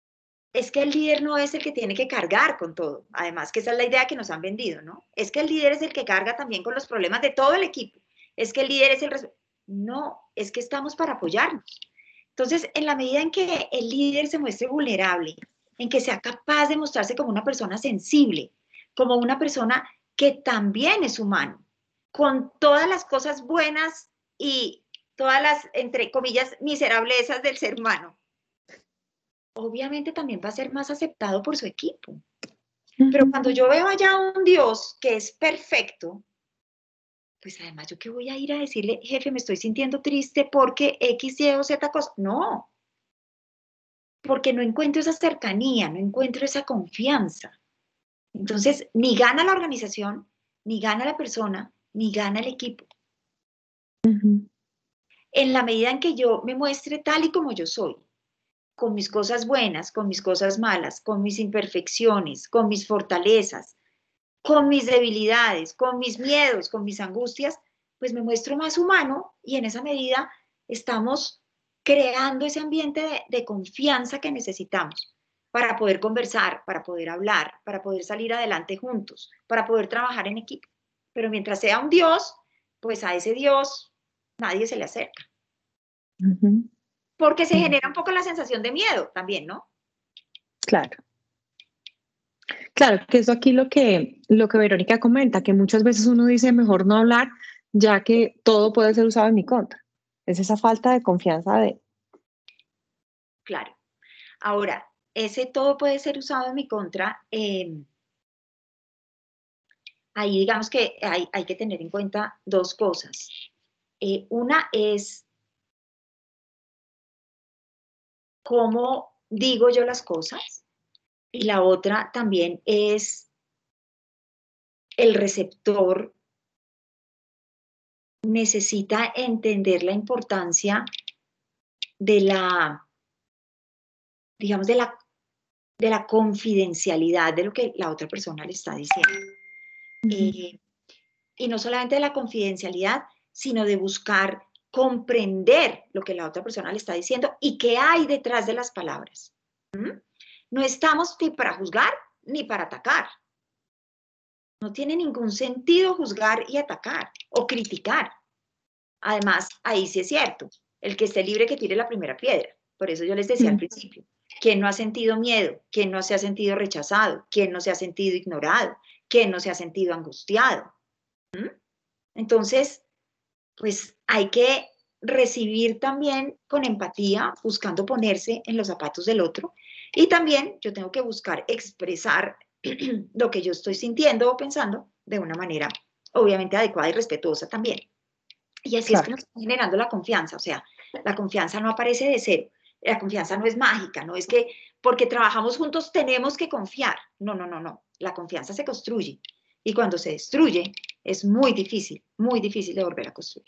es que el líder no es el que tiene que cargar con todo. Además, que esa es la idea que nos han vendido, ¿no? Es que el líder es el que carga también con los problemas de todo el equipo. Es que el líder es el... No, es que estamos para apoyarnos. Entonces, en la medida en que el líder se muestre vulnerable, en que sea capaz de mostrarse como una persona sensible, como una persona que también es humano, con todas las cosas buenas y todas las, entre comillas, miserablezas del ser humano, obviamente también va a ser más aceptado por su equipo. Pero cuando yo veo allá un Dios que es perfecto, pues además, ¿yo qué voy a ir a decirle, jefe, me estoy sintiendo triste porque X, Y o Z cosa? No, porque no encuentro esa cercanía, no encuentro esa confianza. Entonces, ni gana la organización, ni gana la persona, ni gana el equipo. Uh-huh. En la medida en que yo me muestre tal y como yo soy, con mis cosas buenas, con mis cosas malas, con mis imperfecciones, con mis fortalezas, con mis debilidades, con mis miedos, con mis angustias, pues me muestro más humano y en esa medida estamos creando ese ambiente de, de confianza que necesitamos para poder conversar, para poder hablar, para poder salir adelante juntos, para poder trabajar en equipo. Pero mientras sea un Dios, pues a ese Dios nadie se le acerca. Uh-huh. Porque se genera un poco la sensación de miedo también, ¿no? Claro. Claro, que eso aquí lo que, lo que Verónica comenta, que muchas veces uno dice mejor no hablar, ya que todo puede ser usado en mi contra. Es esa falta de confianza de... Claro. Ahora, ese todo puede ser usado en mi contra. Eh, ahí digamos que hay, hay, que tener en cuenta dos cosas. Eh, una es cómo digo yo las cosas y la otra también es el receptor necesita entender la importancia de la, digamos, de la, de la confidencialidad de lo que la otra persona le está diciendo. Uh-huh. Eh, y no solamente de la confidencialidad, sino de buscar comprender lo que la otra persona le está diciendo y qué hay detrás de las palabras. ¿Mm? No estamos ni para juzgar ni para atacar. No tiene ningún sentido juzgar y atacar o criticar. Además, ahí sí es cierto, el que esté libre que tire la primera piedra. Por eso yo les decía mm. al principio, ¿quién no ha sentido miedo? ¿Quién no se ha sentido rechazado? ¿Quién no se ha sentido ignorado? ¿Quién no se ha sentido angustiado? ¿Mm? Entonces, pues hay que recibir también con empatía, buscando ponerse en los zapatos del otro. Y también yo tengo que buscar expresar lo que yo estoy sintiendo o pensando de una manera obviamente adecuada y respetuosa también. Y así claro. es como se está generando la confianza. O sea, la confianza no aparece de cero. La confianza no es mágica, no es que porque trabajamos juntos tenemos que confiar. No, no, no, no. La confianza se construye. Y cuando se destruye, es muy difícil, muy difícil de volver a construir.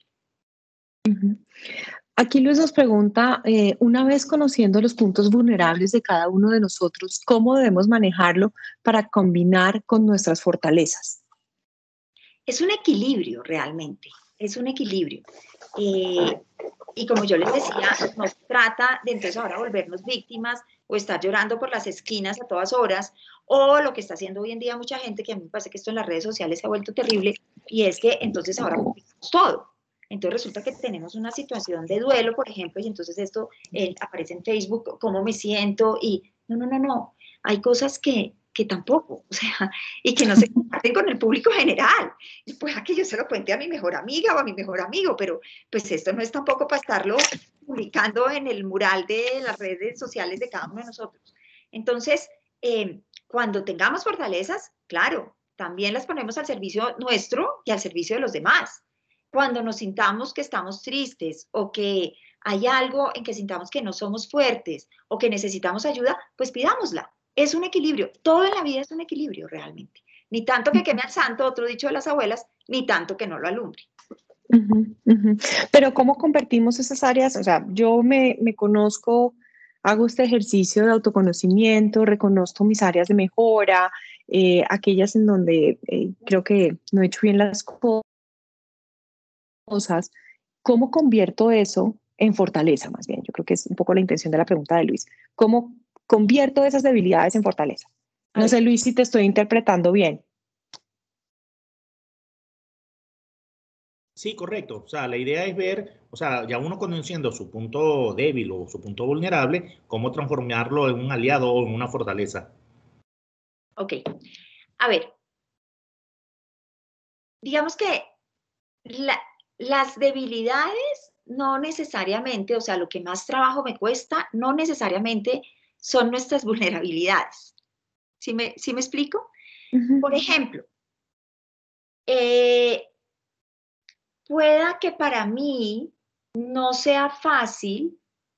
Uh-huh. Aquí Luis nos pregunta, eh, una vez conociendo los puntos vulnerables de cada uno de nosotros, ¿cómo debemos manejarlo para combinar con nuestras fortalezas? Es un equilibrio realmente, es un equilibrio. Eh, y como yo les decía, no se trata de entonces ahora volvernos víctimas o estar llorando por las esquinas a todas horas, o lo que está haciendo hoy en día mucha gente, que a mí me parece que esto en las redes sociales se ha vuelto terrible, y es que entonces ahora publicamos todo. Entonces resulta que tenemos una situación de duelo, por ejemplo, y entonces esto eh, aparece en Facebook, cómo me siento, y no, no, no, no, hay cosas que, que tampoco, o sea, y que no se comparten con el público general. Y pues a que yo se lo cuente a mi mejor amiga o a mi mejor amigo, pero pues esto no es tampoco para estarlo publicando en el mural de las redes sociales de cada uno de nosotros. Entonces, eh, cuando tengamos fortalezas, claro, también las ponemos al servicio nuestro y al servicio de los demás. Cuando nos sintamos que estamos tristes o que hay algo en que sintamos que no somos fuertes o que necesitamos ayuda, pues pidámosla. Es un equilibrio. Todo en la vida es un equilibrio realmente. Ni tanto que queme al santo, otro dicho de las abuelas, ni tanto que no lo alumbre. Uh-huh, uh-huh. Pero ¿cómo convertimos esas áreas? O sea, yo me, me conozco, hago este ejercicio de autoconocimiento, reconozco mis áreas de mejora, eh, aquellas en donde eh, creo que no he hecho bien las cosas. ¿Cómo convierto eso en fortaleza más bien? Yo creo que es un poco la intención de la pregunta de Luis. ¿Cómo convierto esas debilidades en fortaleza. No sé, Luis, si te estoy interpretando bien. Sí, correcto. O sea, la idea es ver, o sea, ya uno conociendo su punto débil o su punto vulnerable, cómo transformarlo en un aliado o en una fortaleza. Ok. A ver, digamos que la, las debilidades no necesariamente, o sea, lo que más trabajo me cuesta, no necesariamente son nuestras vulnerabilidades. ¿Sí me, sí me explico? Uh-huh. Por ejemplo, eh, pueda que para mí no sea fácil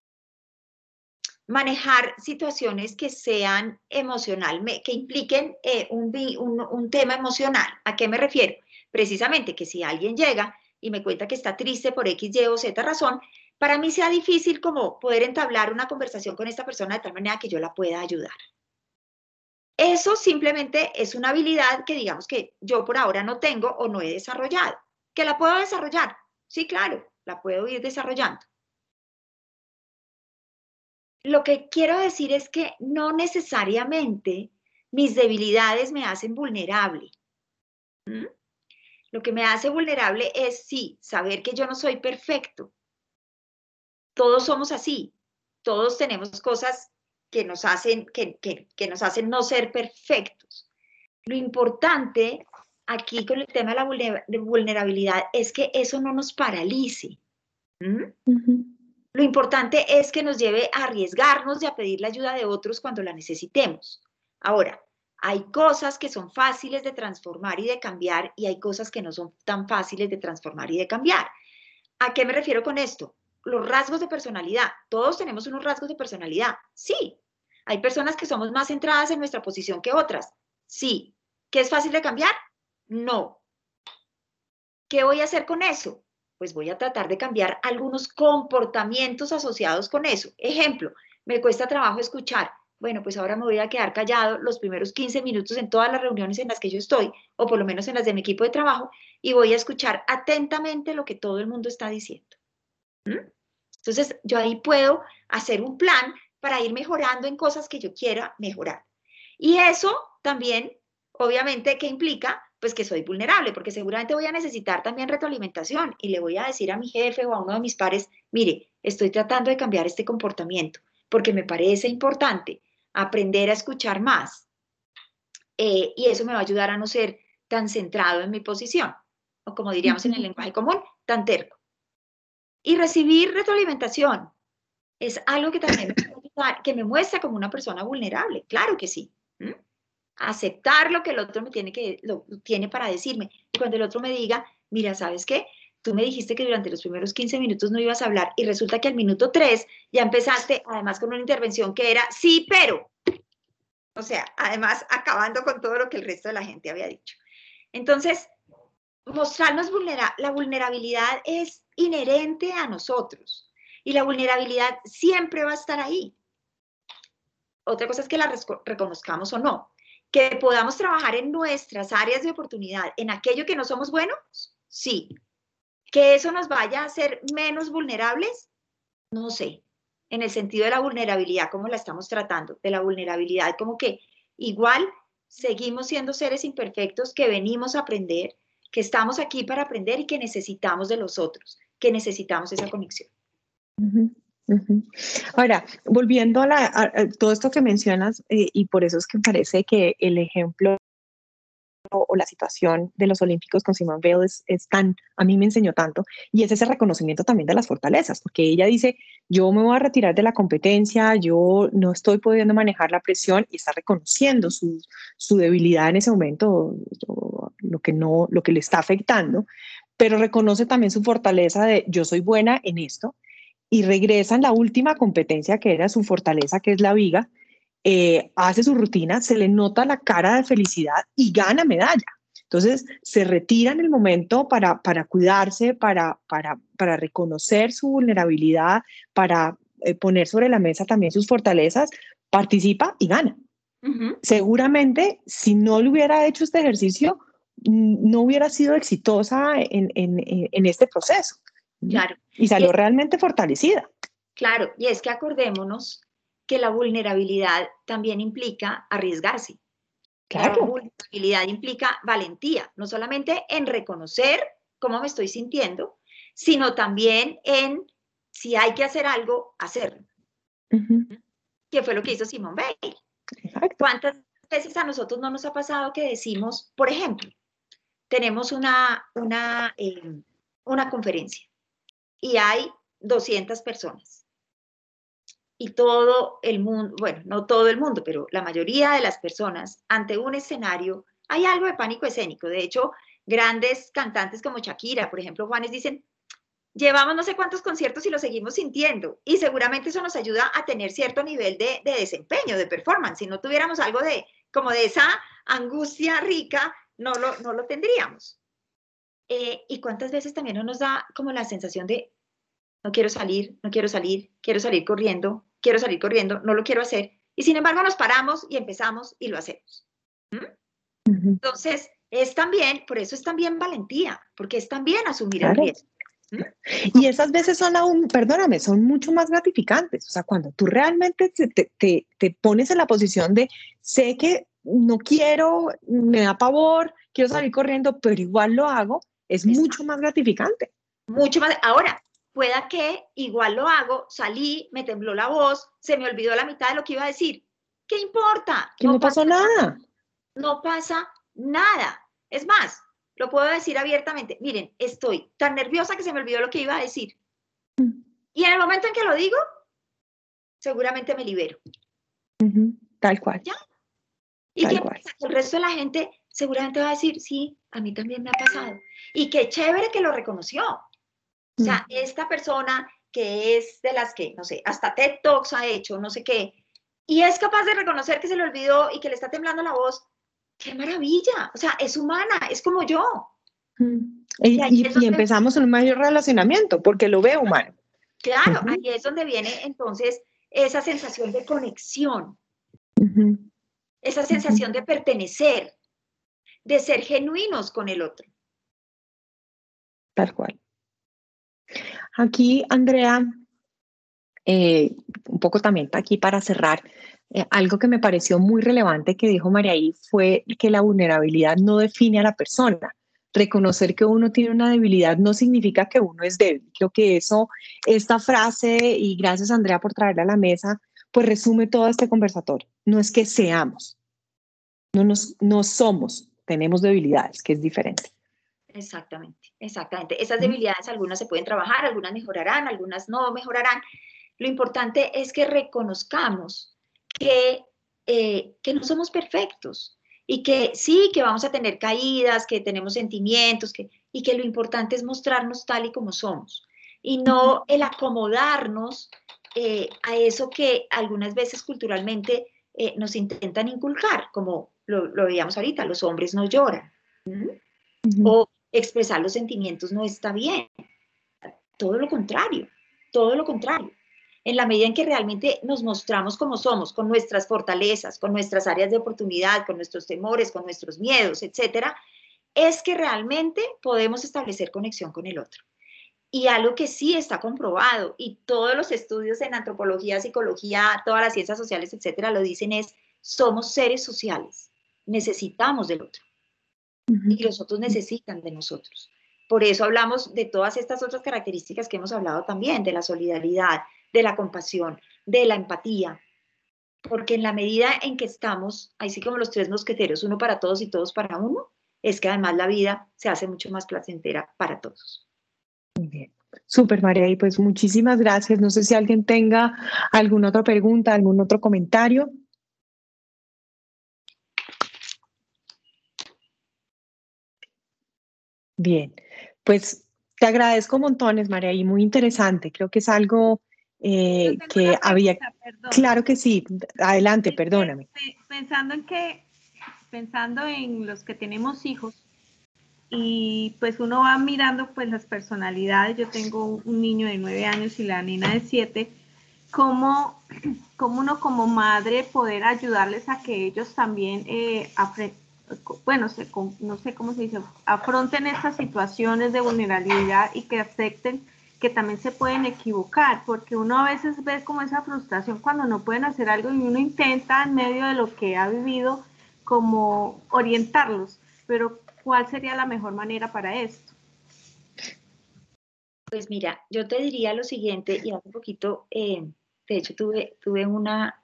manejar situaciones que sean emocional, que impliquen eh, un, un, un tema emocional. ¿A qué me refiero? Precisamente que si alguien llega y me cuenta que está triste por X, Y o Z razón, para mí sea difícil como poder entablar una conversación con esta persona de tal manera que yo la pueda ayudar. Eso simplemente es una habilidad que digamos que yo por ahora no tengo o no he desarrollado. ¿Que la puedo desarrollar? Sí, claro, la puedo ir desarrollando. Lo que quiero decir es que no necesariamente mis debilidades me hacen vulnerable. ¿Mm? Lo que me hace vulnerable es, sí, saber que yo no soy perfecto. Todos somos así. Todos tenemos cosas que nos hacen, que, que, que nos hacen no ser perfectos. Lo importante aquí con el tema de la vulnerabilidad es que eso no nos paralice. ¿Mm? Uh-huh. Lo importante es que nos lleve a arriesgarnos y a pedir la ayuda de otros cuando la necesitemos. Ahora, hay cosas que son fáciles de transformar y de cambiar y hay cosas que no son tan fáciles de transformar y de cambiar. ¿A qué me refiero con esto? Los rasgos de personalidad. Todos tenemos unos rasgos de personalidad. Sí. Hay personas que somos más centradas en nuestra posición que otras. Sí. ¿Qué es fácil de cambiar? No. ¿Qué voy a hacer con eso? Pues voy a tratar de cambiar algunos comportamientos asociados con eso. Ejemplo, me cuesta trabajo escuchar. Bueno, pues ahora me voy a quedar callado los primeros quince minutos en todas las reuniones en las que yo estoy, o por lo menos en las de mi equipo de trabajo, y voy a escuchar atentamente lo que todo el mundo está diciendo. ¿Mm? Entonces, yo ahí puedo hacer un plan para ir mejorando en cosas que yo quiera mejorar. Y eso también, obviamente, ¿qué implica? Pues que soy vulnerable, porque seguramente voy a necesitar también retroalimentación y le voy a decir a mi jefe o a uno de mis pares, mire, estoy tratando de cambiar este comportamiento porque me parece importante aprender a escuchar más eh, y eso me va a ayudar a no ser tan centrado en mi posición o como diríamos en el lenguaje común, tan terco. Y recibir retroalimentación es algo que también me, que me muestra como una persona vulnerable, claro que sí. ¿Mm? Aceptar lo que el otro me tiene, que, lo, tiene para decirme. Y cuando el otro me diga, mira, ¿sabes qué? Tú me dijiste que durante los primeros quince minutos no ibas a hablar y resulta que al minuto tres ya empezaste, además con una intervención que era, sí, pero. O sea, además acabando con todo lo que el resto de la gente había dicho. Entonces, mostrarnos vulnera- la vulnerabilidad es inherente a nosotros y la vulnerabilidad siempre va a estar ahí. Otra cosa es que la reconozcamos o no. Que podamos trabajar en nuestras áreas de oportunidad, en aquello que no somos buenos, sí. Que eso nos vaya a hacer menos vulnerables, no sé. En el sentido de la vulnerabilidad, ¿cómo la estamos tratando? De la vulnerabilidad, como que igual seguimos siendo seres imperfectos que venimos a aprender, que estamos aquí para aprender y que necesitamos de los otros, que necesitamos esa conexión. Uh-huh. Uh-huh. Ahora, volviendo a, la, a, a todo esto que mencionas, eh, y por eso es que me parece que el ejemplo o, o la situación de los Olímpicos con Simone Biles es, es tan, a mí me enseñó tanto, y es ese reconocimiento también de las fortalezas, porque ella dice, yo me voy a retirar de la competencia, yo no estoy pudiendo manejar la presión, y está reconociendo su, su debilidad en ese momento, lo que, no, lo que le está afectando, pero reconoce también su fortaleza de, yo soy buena en esto, y regresa en la última competencia que era su fortaleza, que es la viga, eh, hace su rutina, se le nota la cara de felicidad y gana medalla. Entonces se retira en el momento para, para cuidarse, para, para, para reconocer su vulnerabilidad, para eh, poner sobre la mesa también sus fortalezas, participa y gana. Uh-huh. Seguramente si no le hubiera hecho este ejercicio, no hubiera sido exitosa en, en, en este proceso. Claro. Y salió y es, realmente fortalecida. Claro, y es que acordémonos que la vulnerabilidad también implica arriesgarse. Claro. La vulnerabilidad implica valentía, no solamente en reconocer cómo me estoy sintiendo, sino también en, si hay que hacer algo, hacerlo. Uh-huh. Que fue lo que hizo Simone Weil. Exacto. ¿Cuántas veces a nosotros no nos ha pasado que decimos, por ejemplo, tenemos una, una, eh, una conferencia y hay doscientas personas y todo el mundo, bueno, no todo el mundo, pero la mayoría de las personas ante un escenario, hay algo de pánico escénico. De hecho, grandes cantantes como Shakira, por ejemplo, Juanes, dicen, llevamos no sé cuántos conciertos y lo seguimos sintiendo, y seguramente eso nos ayuda a tener cierto nivel de, de desempeño, de performance. Si no tuviéramos algo de, como de esa angustia rica, no lo, no lo tendríamos. Eh, y cuántas veces también no nos da como la sensación de, no quiero salir, no quiero salir, quiero salir corriendo, quiero salir corriendo, no lo quiero hacer, y sin embargo nos paramos y empezamos y lo hacemos. ¿Mm? Uh-huh. Entonces, es también, por eso es también valentía, porque es también asumir claro. el riesgo. Y esas veces son aún, perdóname, son mucho más gratificantes. O sea, cuando tú realmente te, te, te pones en la posición de, sé que no quiero, me da pavor, quiero salir corriendo, pero igual lo hago, es Exacto. mucho más gratificante. Mucho más. Ahora, pueda que igual lo hago, salí, me tembló la voz, se me olvidó la mitad de lo que iba a decir. ¿Qué importa? Que no, no pasó pasa nada. nada. No pasa nada. Es más, lo puedo decir abiertamente. Miren, estoy tan nerviosa que se me olvidó lo que iba a decir. Y en el momento en que lo digo, seguramente me libero. Uh-huh. Tal cual. ¿Ya? Y Tal que cual. el resto de la gente seguramente va a decir, sí, a mí también me ha pasado. Y qué chévere que lo reconoció. O sea, uh-huh. esta persona que es de las que, no sé, hasta TED Talks ha hecho, no sé qué, y es capaz de reconocer que se le olvidó y que le está temblando la voz. ¡Qué maravilla! O sea, es humana, es como yo. Mm. Y, y, y empezamos un mayor relacionamiento, porque lo veo humano. Claro, uh-huh. Ahí es donde viene entonces esa sensación de conexión, uh-huh. esa sensación uh-huh. de pertenecer, de ser genuinos con el otro. Tal cual. Aquí, Andrea, eh, un poco también aquí para cerrar, eh, algo que me pareció muy relevante que dijo Mariaí fue que la vulnerabilidad no define a la persona. Reconocer que uno tiene una debilidad no significa que uno es débil. Creo que eso, esta frase, y gracias Andrea por traerla a la mesa, pues resume todo este conversatorio. No es que seamos, no, nos, no somos, tenemos debilidades, que es diferente. Exactamente, exactamente. Esas debilidades, algunas se pueden trabajar, algunas mejorarán, algunas no mejorarán. Lo importante es que reconozcamos que, eh, que no somos perfectos y que sí, que vamos a tener caídas, que tenemos sentimientos, que, y que lo importante es mostrarnos tal y como somos y no el acomodarnos eh, a eso que algunas veces culturalmente eh, nos intentan inculcar, como lo, lo veíamos ahorita, los hombres no lloran. ¿Mm? Uh-huh. O expresar los sentimientos no está bien. Todo lo contrario, todo lo contrario. En la medida en que realmente nos mostramos como somos, con nuestras fortalezas, con nuestras áreas de oportunidad, con nuestros temores, con nuestros miedos, etcétera, es que realmente podemos establecer conexión con el otro. Y algo que sí está comprobado, y todos los estudios en antropología, psicología, todas las ciencias sociales, etcétera, lo dicen es, somos seres sociales, necesitamos del otro. Uh-huh. Y los otros necesitan de nosotros. Por eso hablamos de todas estas otras características que hemos hablado también, de la solidaridad, de la compasión, de la empatía, porque en la medida en que estamos, así como los tres mosqueteros, uno para todos y todos para uno, es que además la vida se hace mucho más placentera para todos. Muy bien. Súper, María, y pues muchísimas gracias. No sé si alguien tenga alguna otra pregunta, algún otro comentario. Bien, pues te agradezco montones, María, y muy interesante. Creo que es algo eh, que pregunta, había... Perdón. Claro que sí, adelante, es perdóname. Que, pensando en que, pensando en los que tenemos hijos, y pues uno va mirando pues las personalidades. Yo tengo un niño de nueve años y la nena de siete. ¿Cómo, cómo uno como madre poder ayudarles a que ellos también eh, aprendan? Bueno, se, no sé cómo se dice, afronten estas situaciones de vulnerabilidad y que acepten que también se pueden equivocar, porque uno a veces ve como esa frustración cuando no pueden hacer algo y uno intenta en medio de lo que ha vivido como orientarlos, pero ¿cuál sería la mejor manera para esto? Pues mira, yo te diría lo siguiente, y hace un poquito, eh, de hecho tuve, tuve una,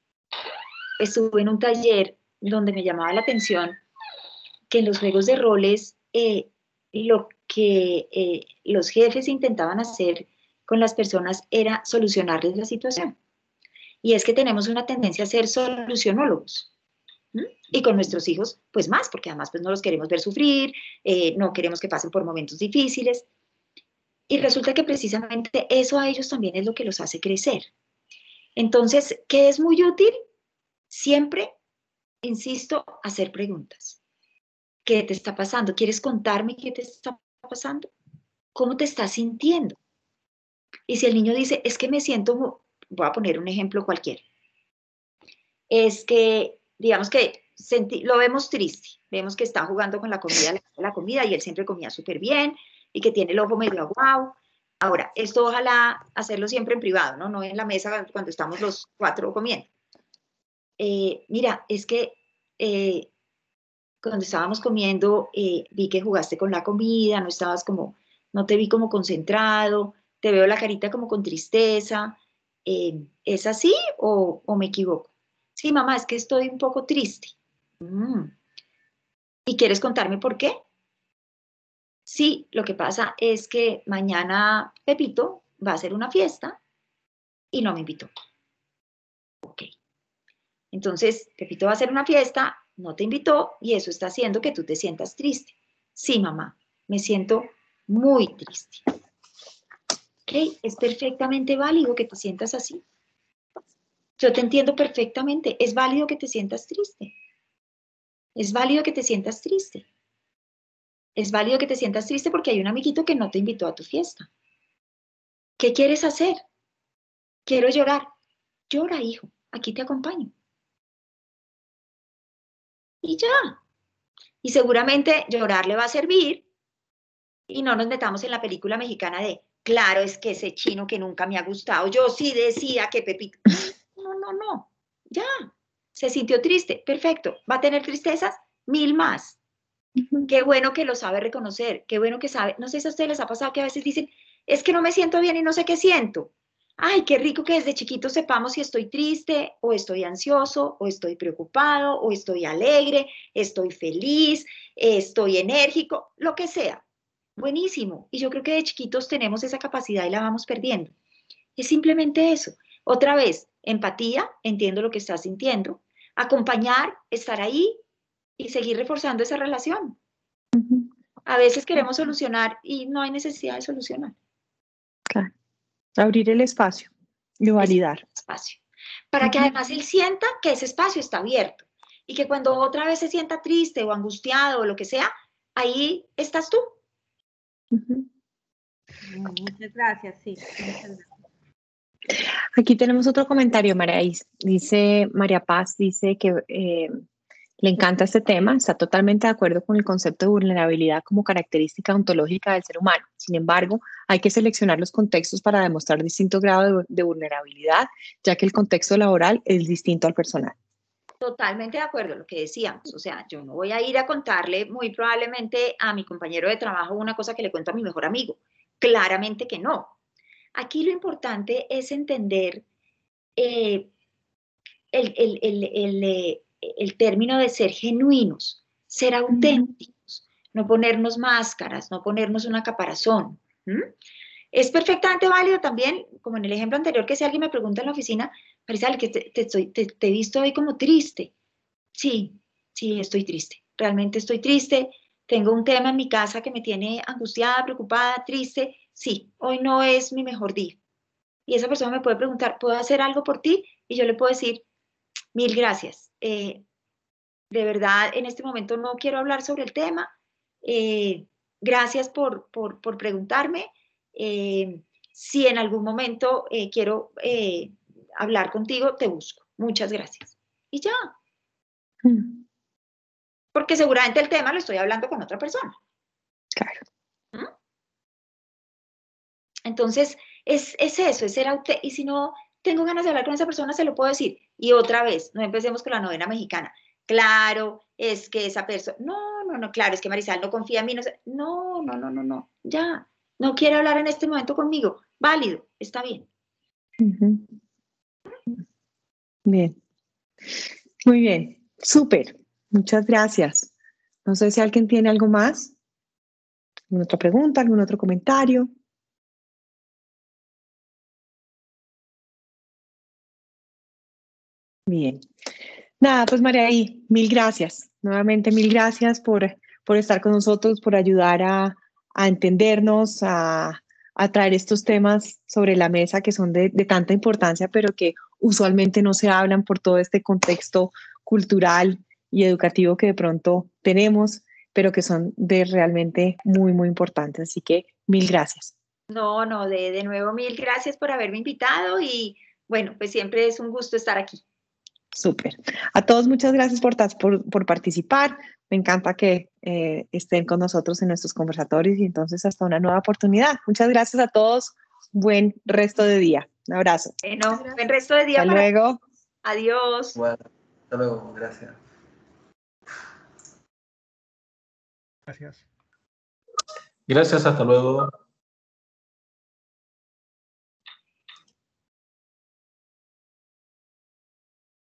estuve en un taller donde me llamaba la atención que en los juegos de roles eh, lo que eh, los jefes intentaban hacer con las personas era solucionarles la situación. Y es que tenemos una tendencia a ser solucionólogos. ¿Mm? Y con nuestros hijos, pues más, porque además pues no los queremos ver sufrir, eh, no queremos que pasen por momentos difíciles. Y resulta que precisamente eso a ellos también es lo que los hace crecer. Entonces, ¿qué es muy útil? Siempre, insisto, hacer preguntas. ¿Qué te está pasando? ¿Quieres contarme qué te está pasando? ¿Cómo te estás sintiendo? Y si el niño dice, es que me siento, voy a poner un ejemplo cualquiera, es que, digamos que sentí, lo vemos triste, vemos que está jugando con la comida, la comida y él siempre comía súper bien y que tiene el ojo medio aguado. Ahora, esto ojalá hacerlo siempre en privado, ¿no? No en la mesa cuando estamos los cuatro comiendo. Eh, mira, es que eh, cuando estábamos comiendo eh, vi que jugaste con la comida, no estabas como, no te vi como concentrado, te veo la carita como con tristeza. Eh, ¿es así o, o me equivoco? Sí, mamá, es que estoy un poco triste. Mm. ¿Y quieres contarme por qué? Sí, lo que pasa es que mañana Pepito va a hacer una fiesta y no me invitó. Ok. Entonces, Pepito va a hacer una fiesta, no te invitó y eso está haciendo que tú te sientas triste. Sí, mamá, me siento muy triste. Ok, es perfectamente válido que te sientas así. Yo te entiendo perfectamente. Es válido que te sientas triste. Es válido que te sientas triste. Es válido que te sientas triste porque hay un amiguito que no te invitó a tu fiesta. ¿Qué quieres hacer? Quiero llorar. Llora, hijo. Aquí te acompaño. Y ya. Y seguramente llorar le va a servir y no nos metamos en la película mexicana de, claro, es que ese chino que nunca me ha gustado, yo sí decía que Pepito. No, no, no. Ya. Se sintió triste. Perfecto. ¿Va a tener tristezas? Mil más. Qué bueno que lo sabe reconocer, qué bueno que sabe, no sé si a ustedes les ha pasado que a veces dicen, es que no me siento bien y no sé qué siento. Ay, qué rico que desde chiquito sepamos si estoy triste o estoy ansioso o estoy preocupado o estoy alegre, estoy feliz, estoy enérgico, lo que sea. Buenísimo. Y yo creo que de chiquitos tenemos esa capacidad y la vamos perdiendo. Es simplemente eso. Otra vez, empatía, entiendo lo que estás sintiendo, acompañar, estar ahí y seguir reforzando esa relación. A veces queremos solucionar y no hay necesidad de solucionar. Claro. Abrir el espacio y validar. Ese espacio. Para que además él sienta que ese espacio está abierto y que cuando otra vez se sienta triste o angustiado o lo que sea, ahí estás tú. Uh-huh. Muchas gracias, sí. Muchas gracias. Aquí tenemos otro comentario, María. Dice María Paz, dice que eh, le encanta este tema, está totalmente de acuerdo con el concepto de vulnerabilidad como característica ontológica del ser humano. Sin embargo, hay que seleccionar los contextos para demostrar distinto grado de, de vulnerabilidad, ya que el contexto laboral es distinto al personal. Totalmente de acuerdo, lo que decíamos. O sea, yo no voy a ir a contarle muy probablemente a mi compañero de trabajo una cosa que le cuento a mi mejor amigo. Claramente que no. Aquí lo importante es entender eh, el, el, el, el, el término de ser genuinos, ser auténticos, no ponernos máscaras, no ponernos una caparazón. ¿Mm? Es perfectamente válido también, como en el ejemplo anterior, que si alguien me pregunta en la oficina, Marisal, que te, te, estoy, te, te he visto hoy como triste. Sí, sí, estoy triste. Realmente estoy triste. Tengo un tema en mi casa que me tiene angustiada, preocupada, triste. Sí, hoy no es mi mejor día. Y esa persona me puede preguntar, ¿puedo hacer algo por ti? Y yo le puedo decir, mil gracias. Eh, de verdad, en este momento no quiero hablar sobre el tema. Eh, gracias por, por, por preguntarme. Eh, si en algún momento eh, quiero eh, hablar contigo, te busco. Muchas gracias. Y ya. Mm. Porque seguramente el tema lo estoy hablando con otra persona. Claro. ¿Mm? Entonces, es, es eso, es ser auténtico. Y si no tengo ganas de hablar con esa persona, se lo puedo decir. Y otra vez, no empecemos con la novena mexicana. Claro, es que esa persona, no, no, no, claro, es que Marisal no confía en mí, no, sé. no, no, no, no, no, ya, no quiere hablar en este momento conmigo, válido, está bien. Uh-huh. Bien, muy bien, súper, muchas gracias. No sé si alguien tiene algo más, alguna otra pregunta, algún otro comentario. Bien. Nada, pues Mariaí, mil gracias. Nuevamente, mil gracias por, por estar con nosotros, por ayudar a, a entendernos, a, a traer estos temas sobre la mesa que son de, de tanta importancia, pero que usualmente no se hablan por todo este contexto cultural y educativo que de pronto tenemos, pero que son de realmente muy, muy importantes. Así que mil gracias. No, no, de, de nuevo, mil gracias por haberme invitado y bueno, pues siempre es un gusto estar aquí. Súper. A todos muchas gracias por, por, por participar. Me encanta que eh, estén con nosotros en nuestros conversatorios y entonces hasta una nueva oportunidad. Muchas gracias a todos. Buen resto de día. Un abrazo. Bueno, buen resto de día. Hasta para... luego. Adiós. Bueno, hasta luego. Gracias. Gracias. Gracias, hasta luego.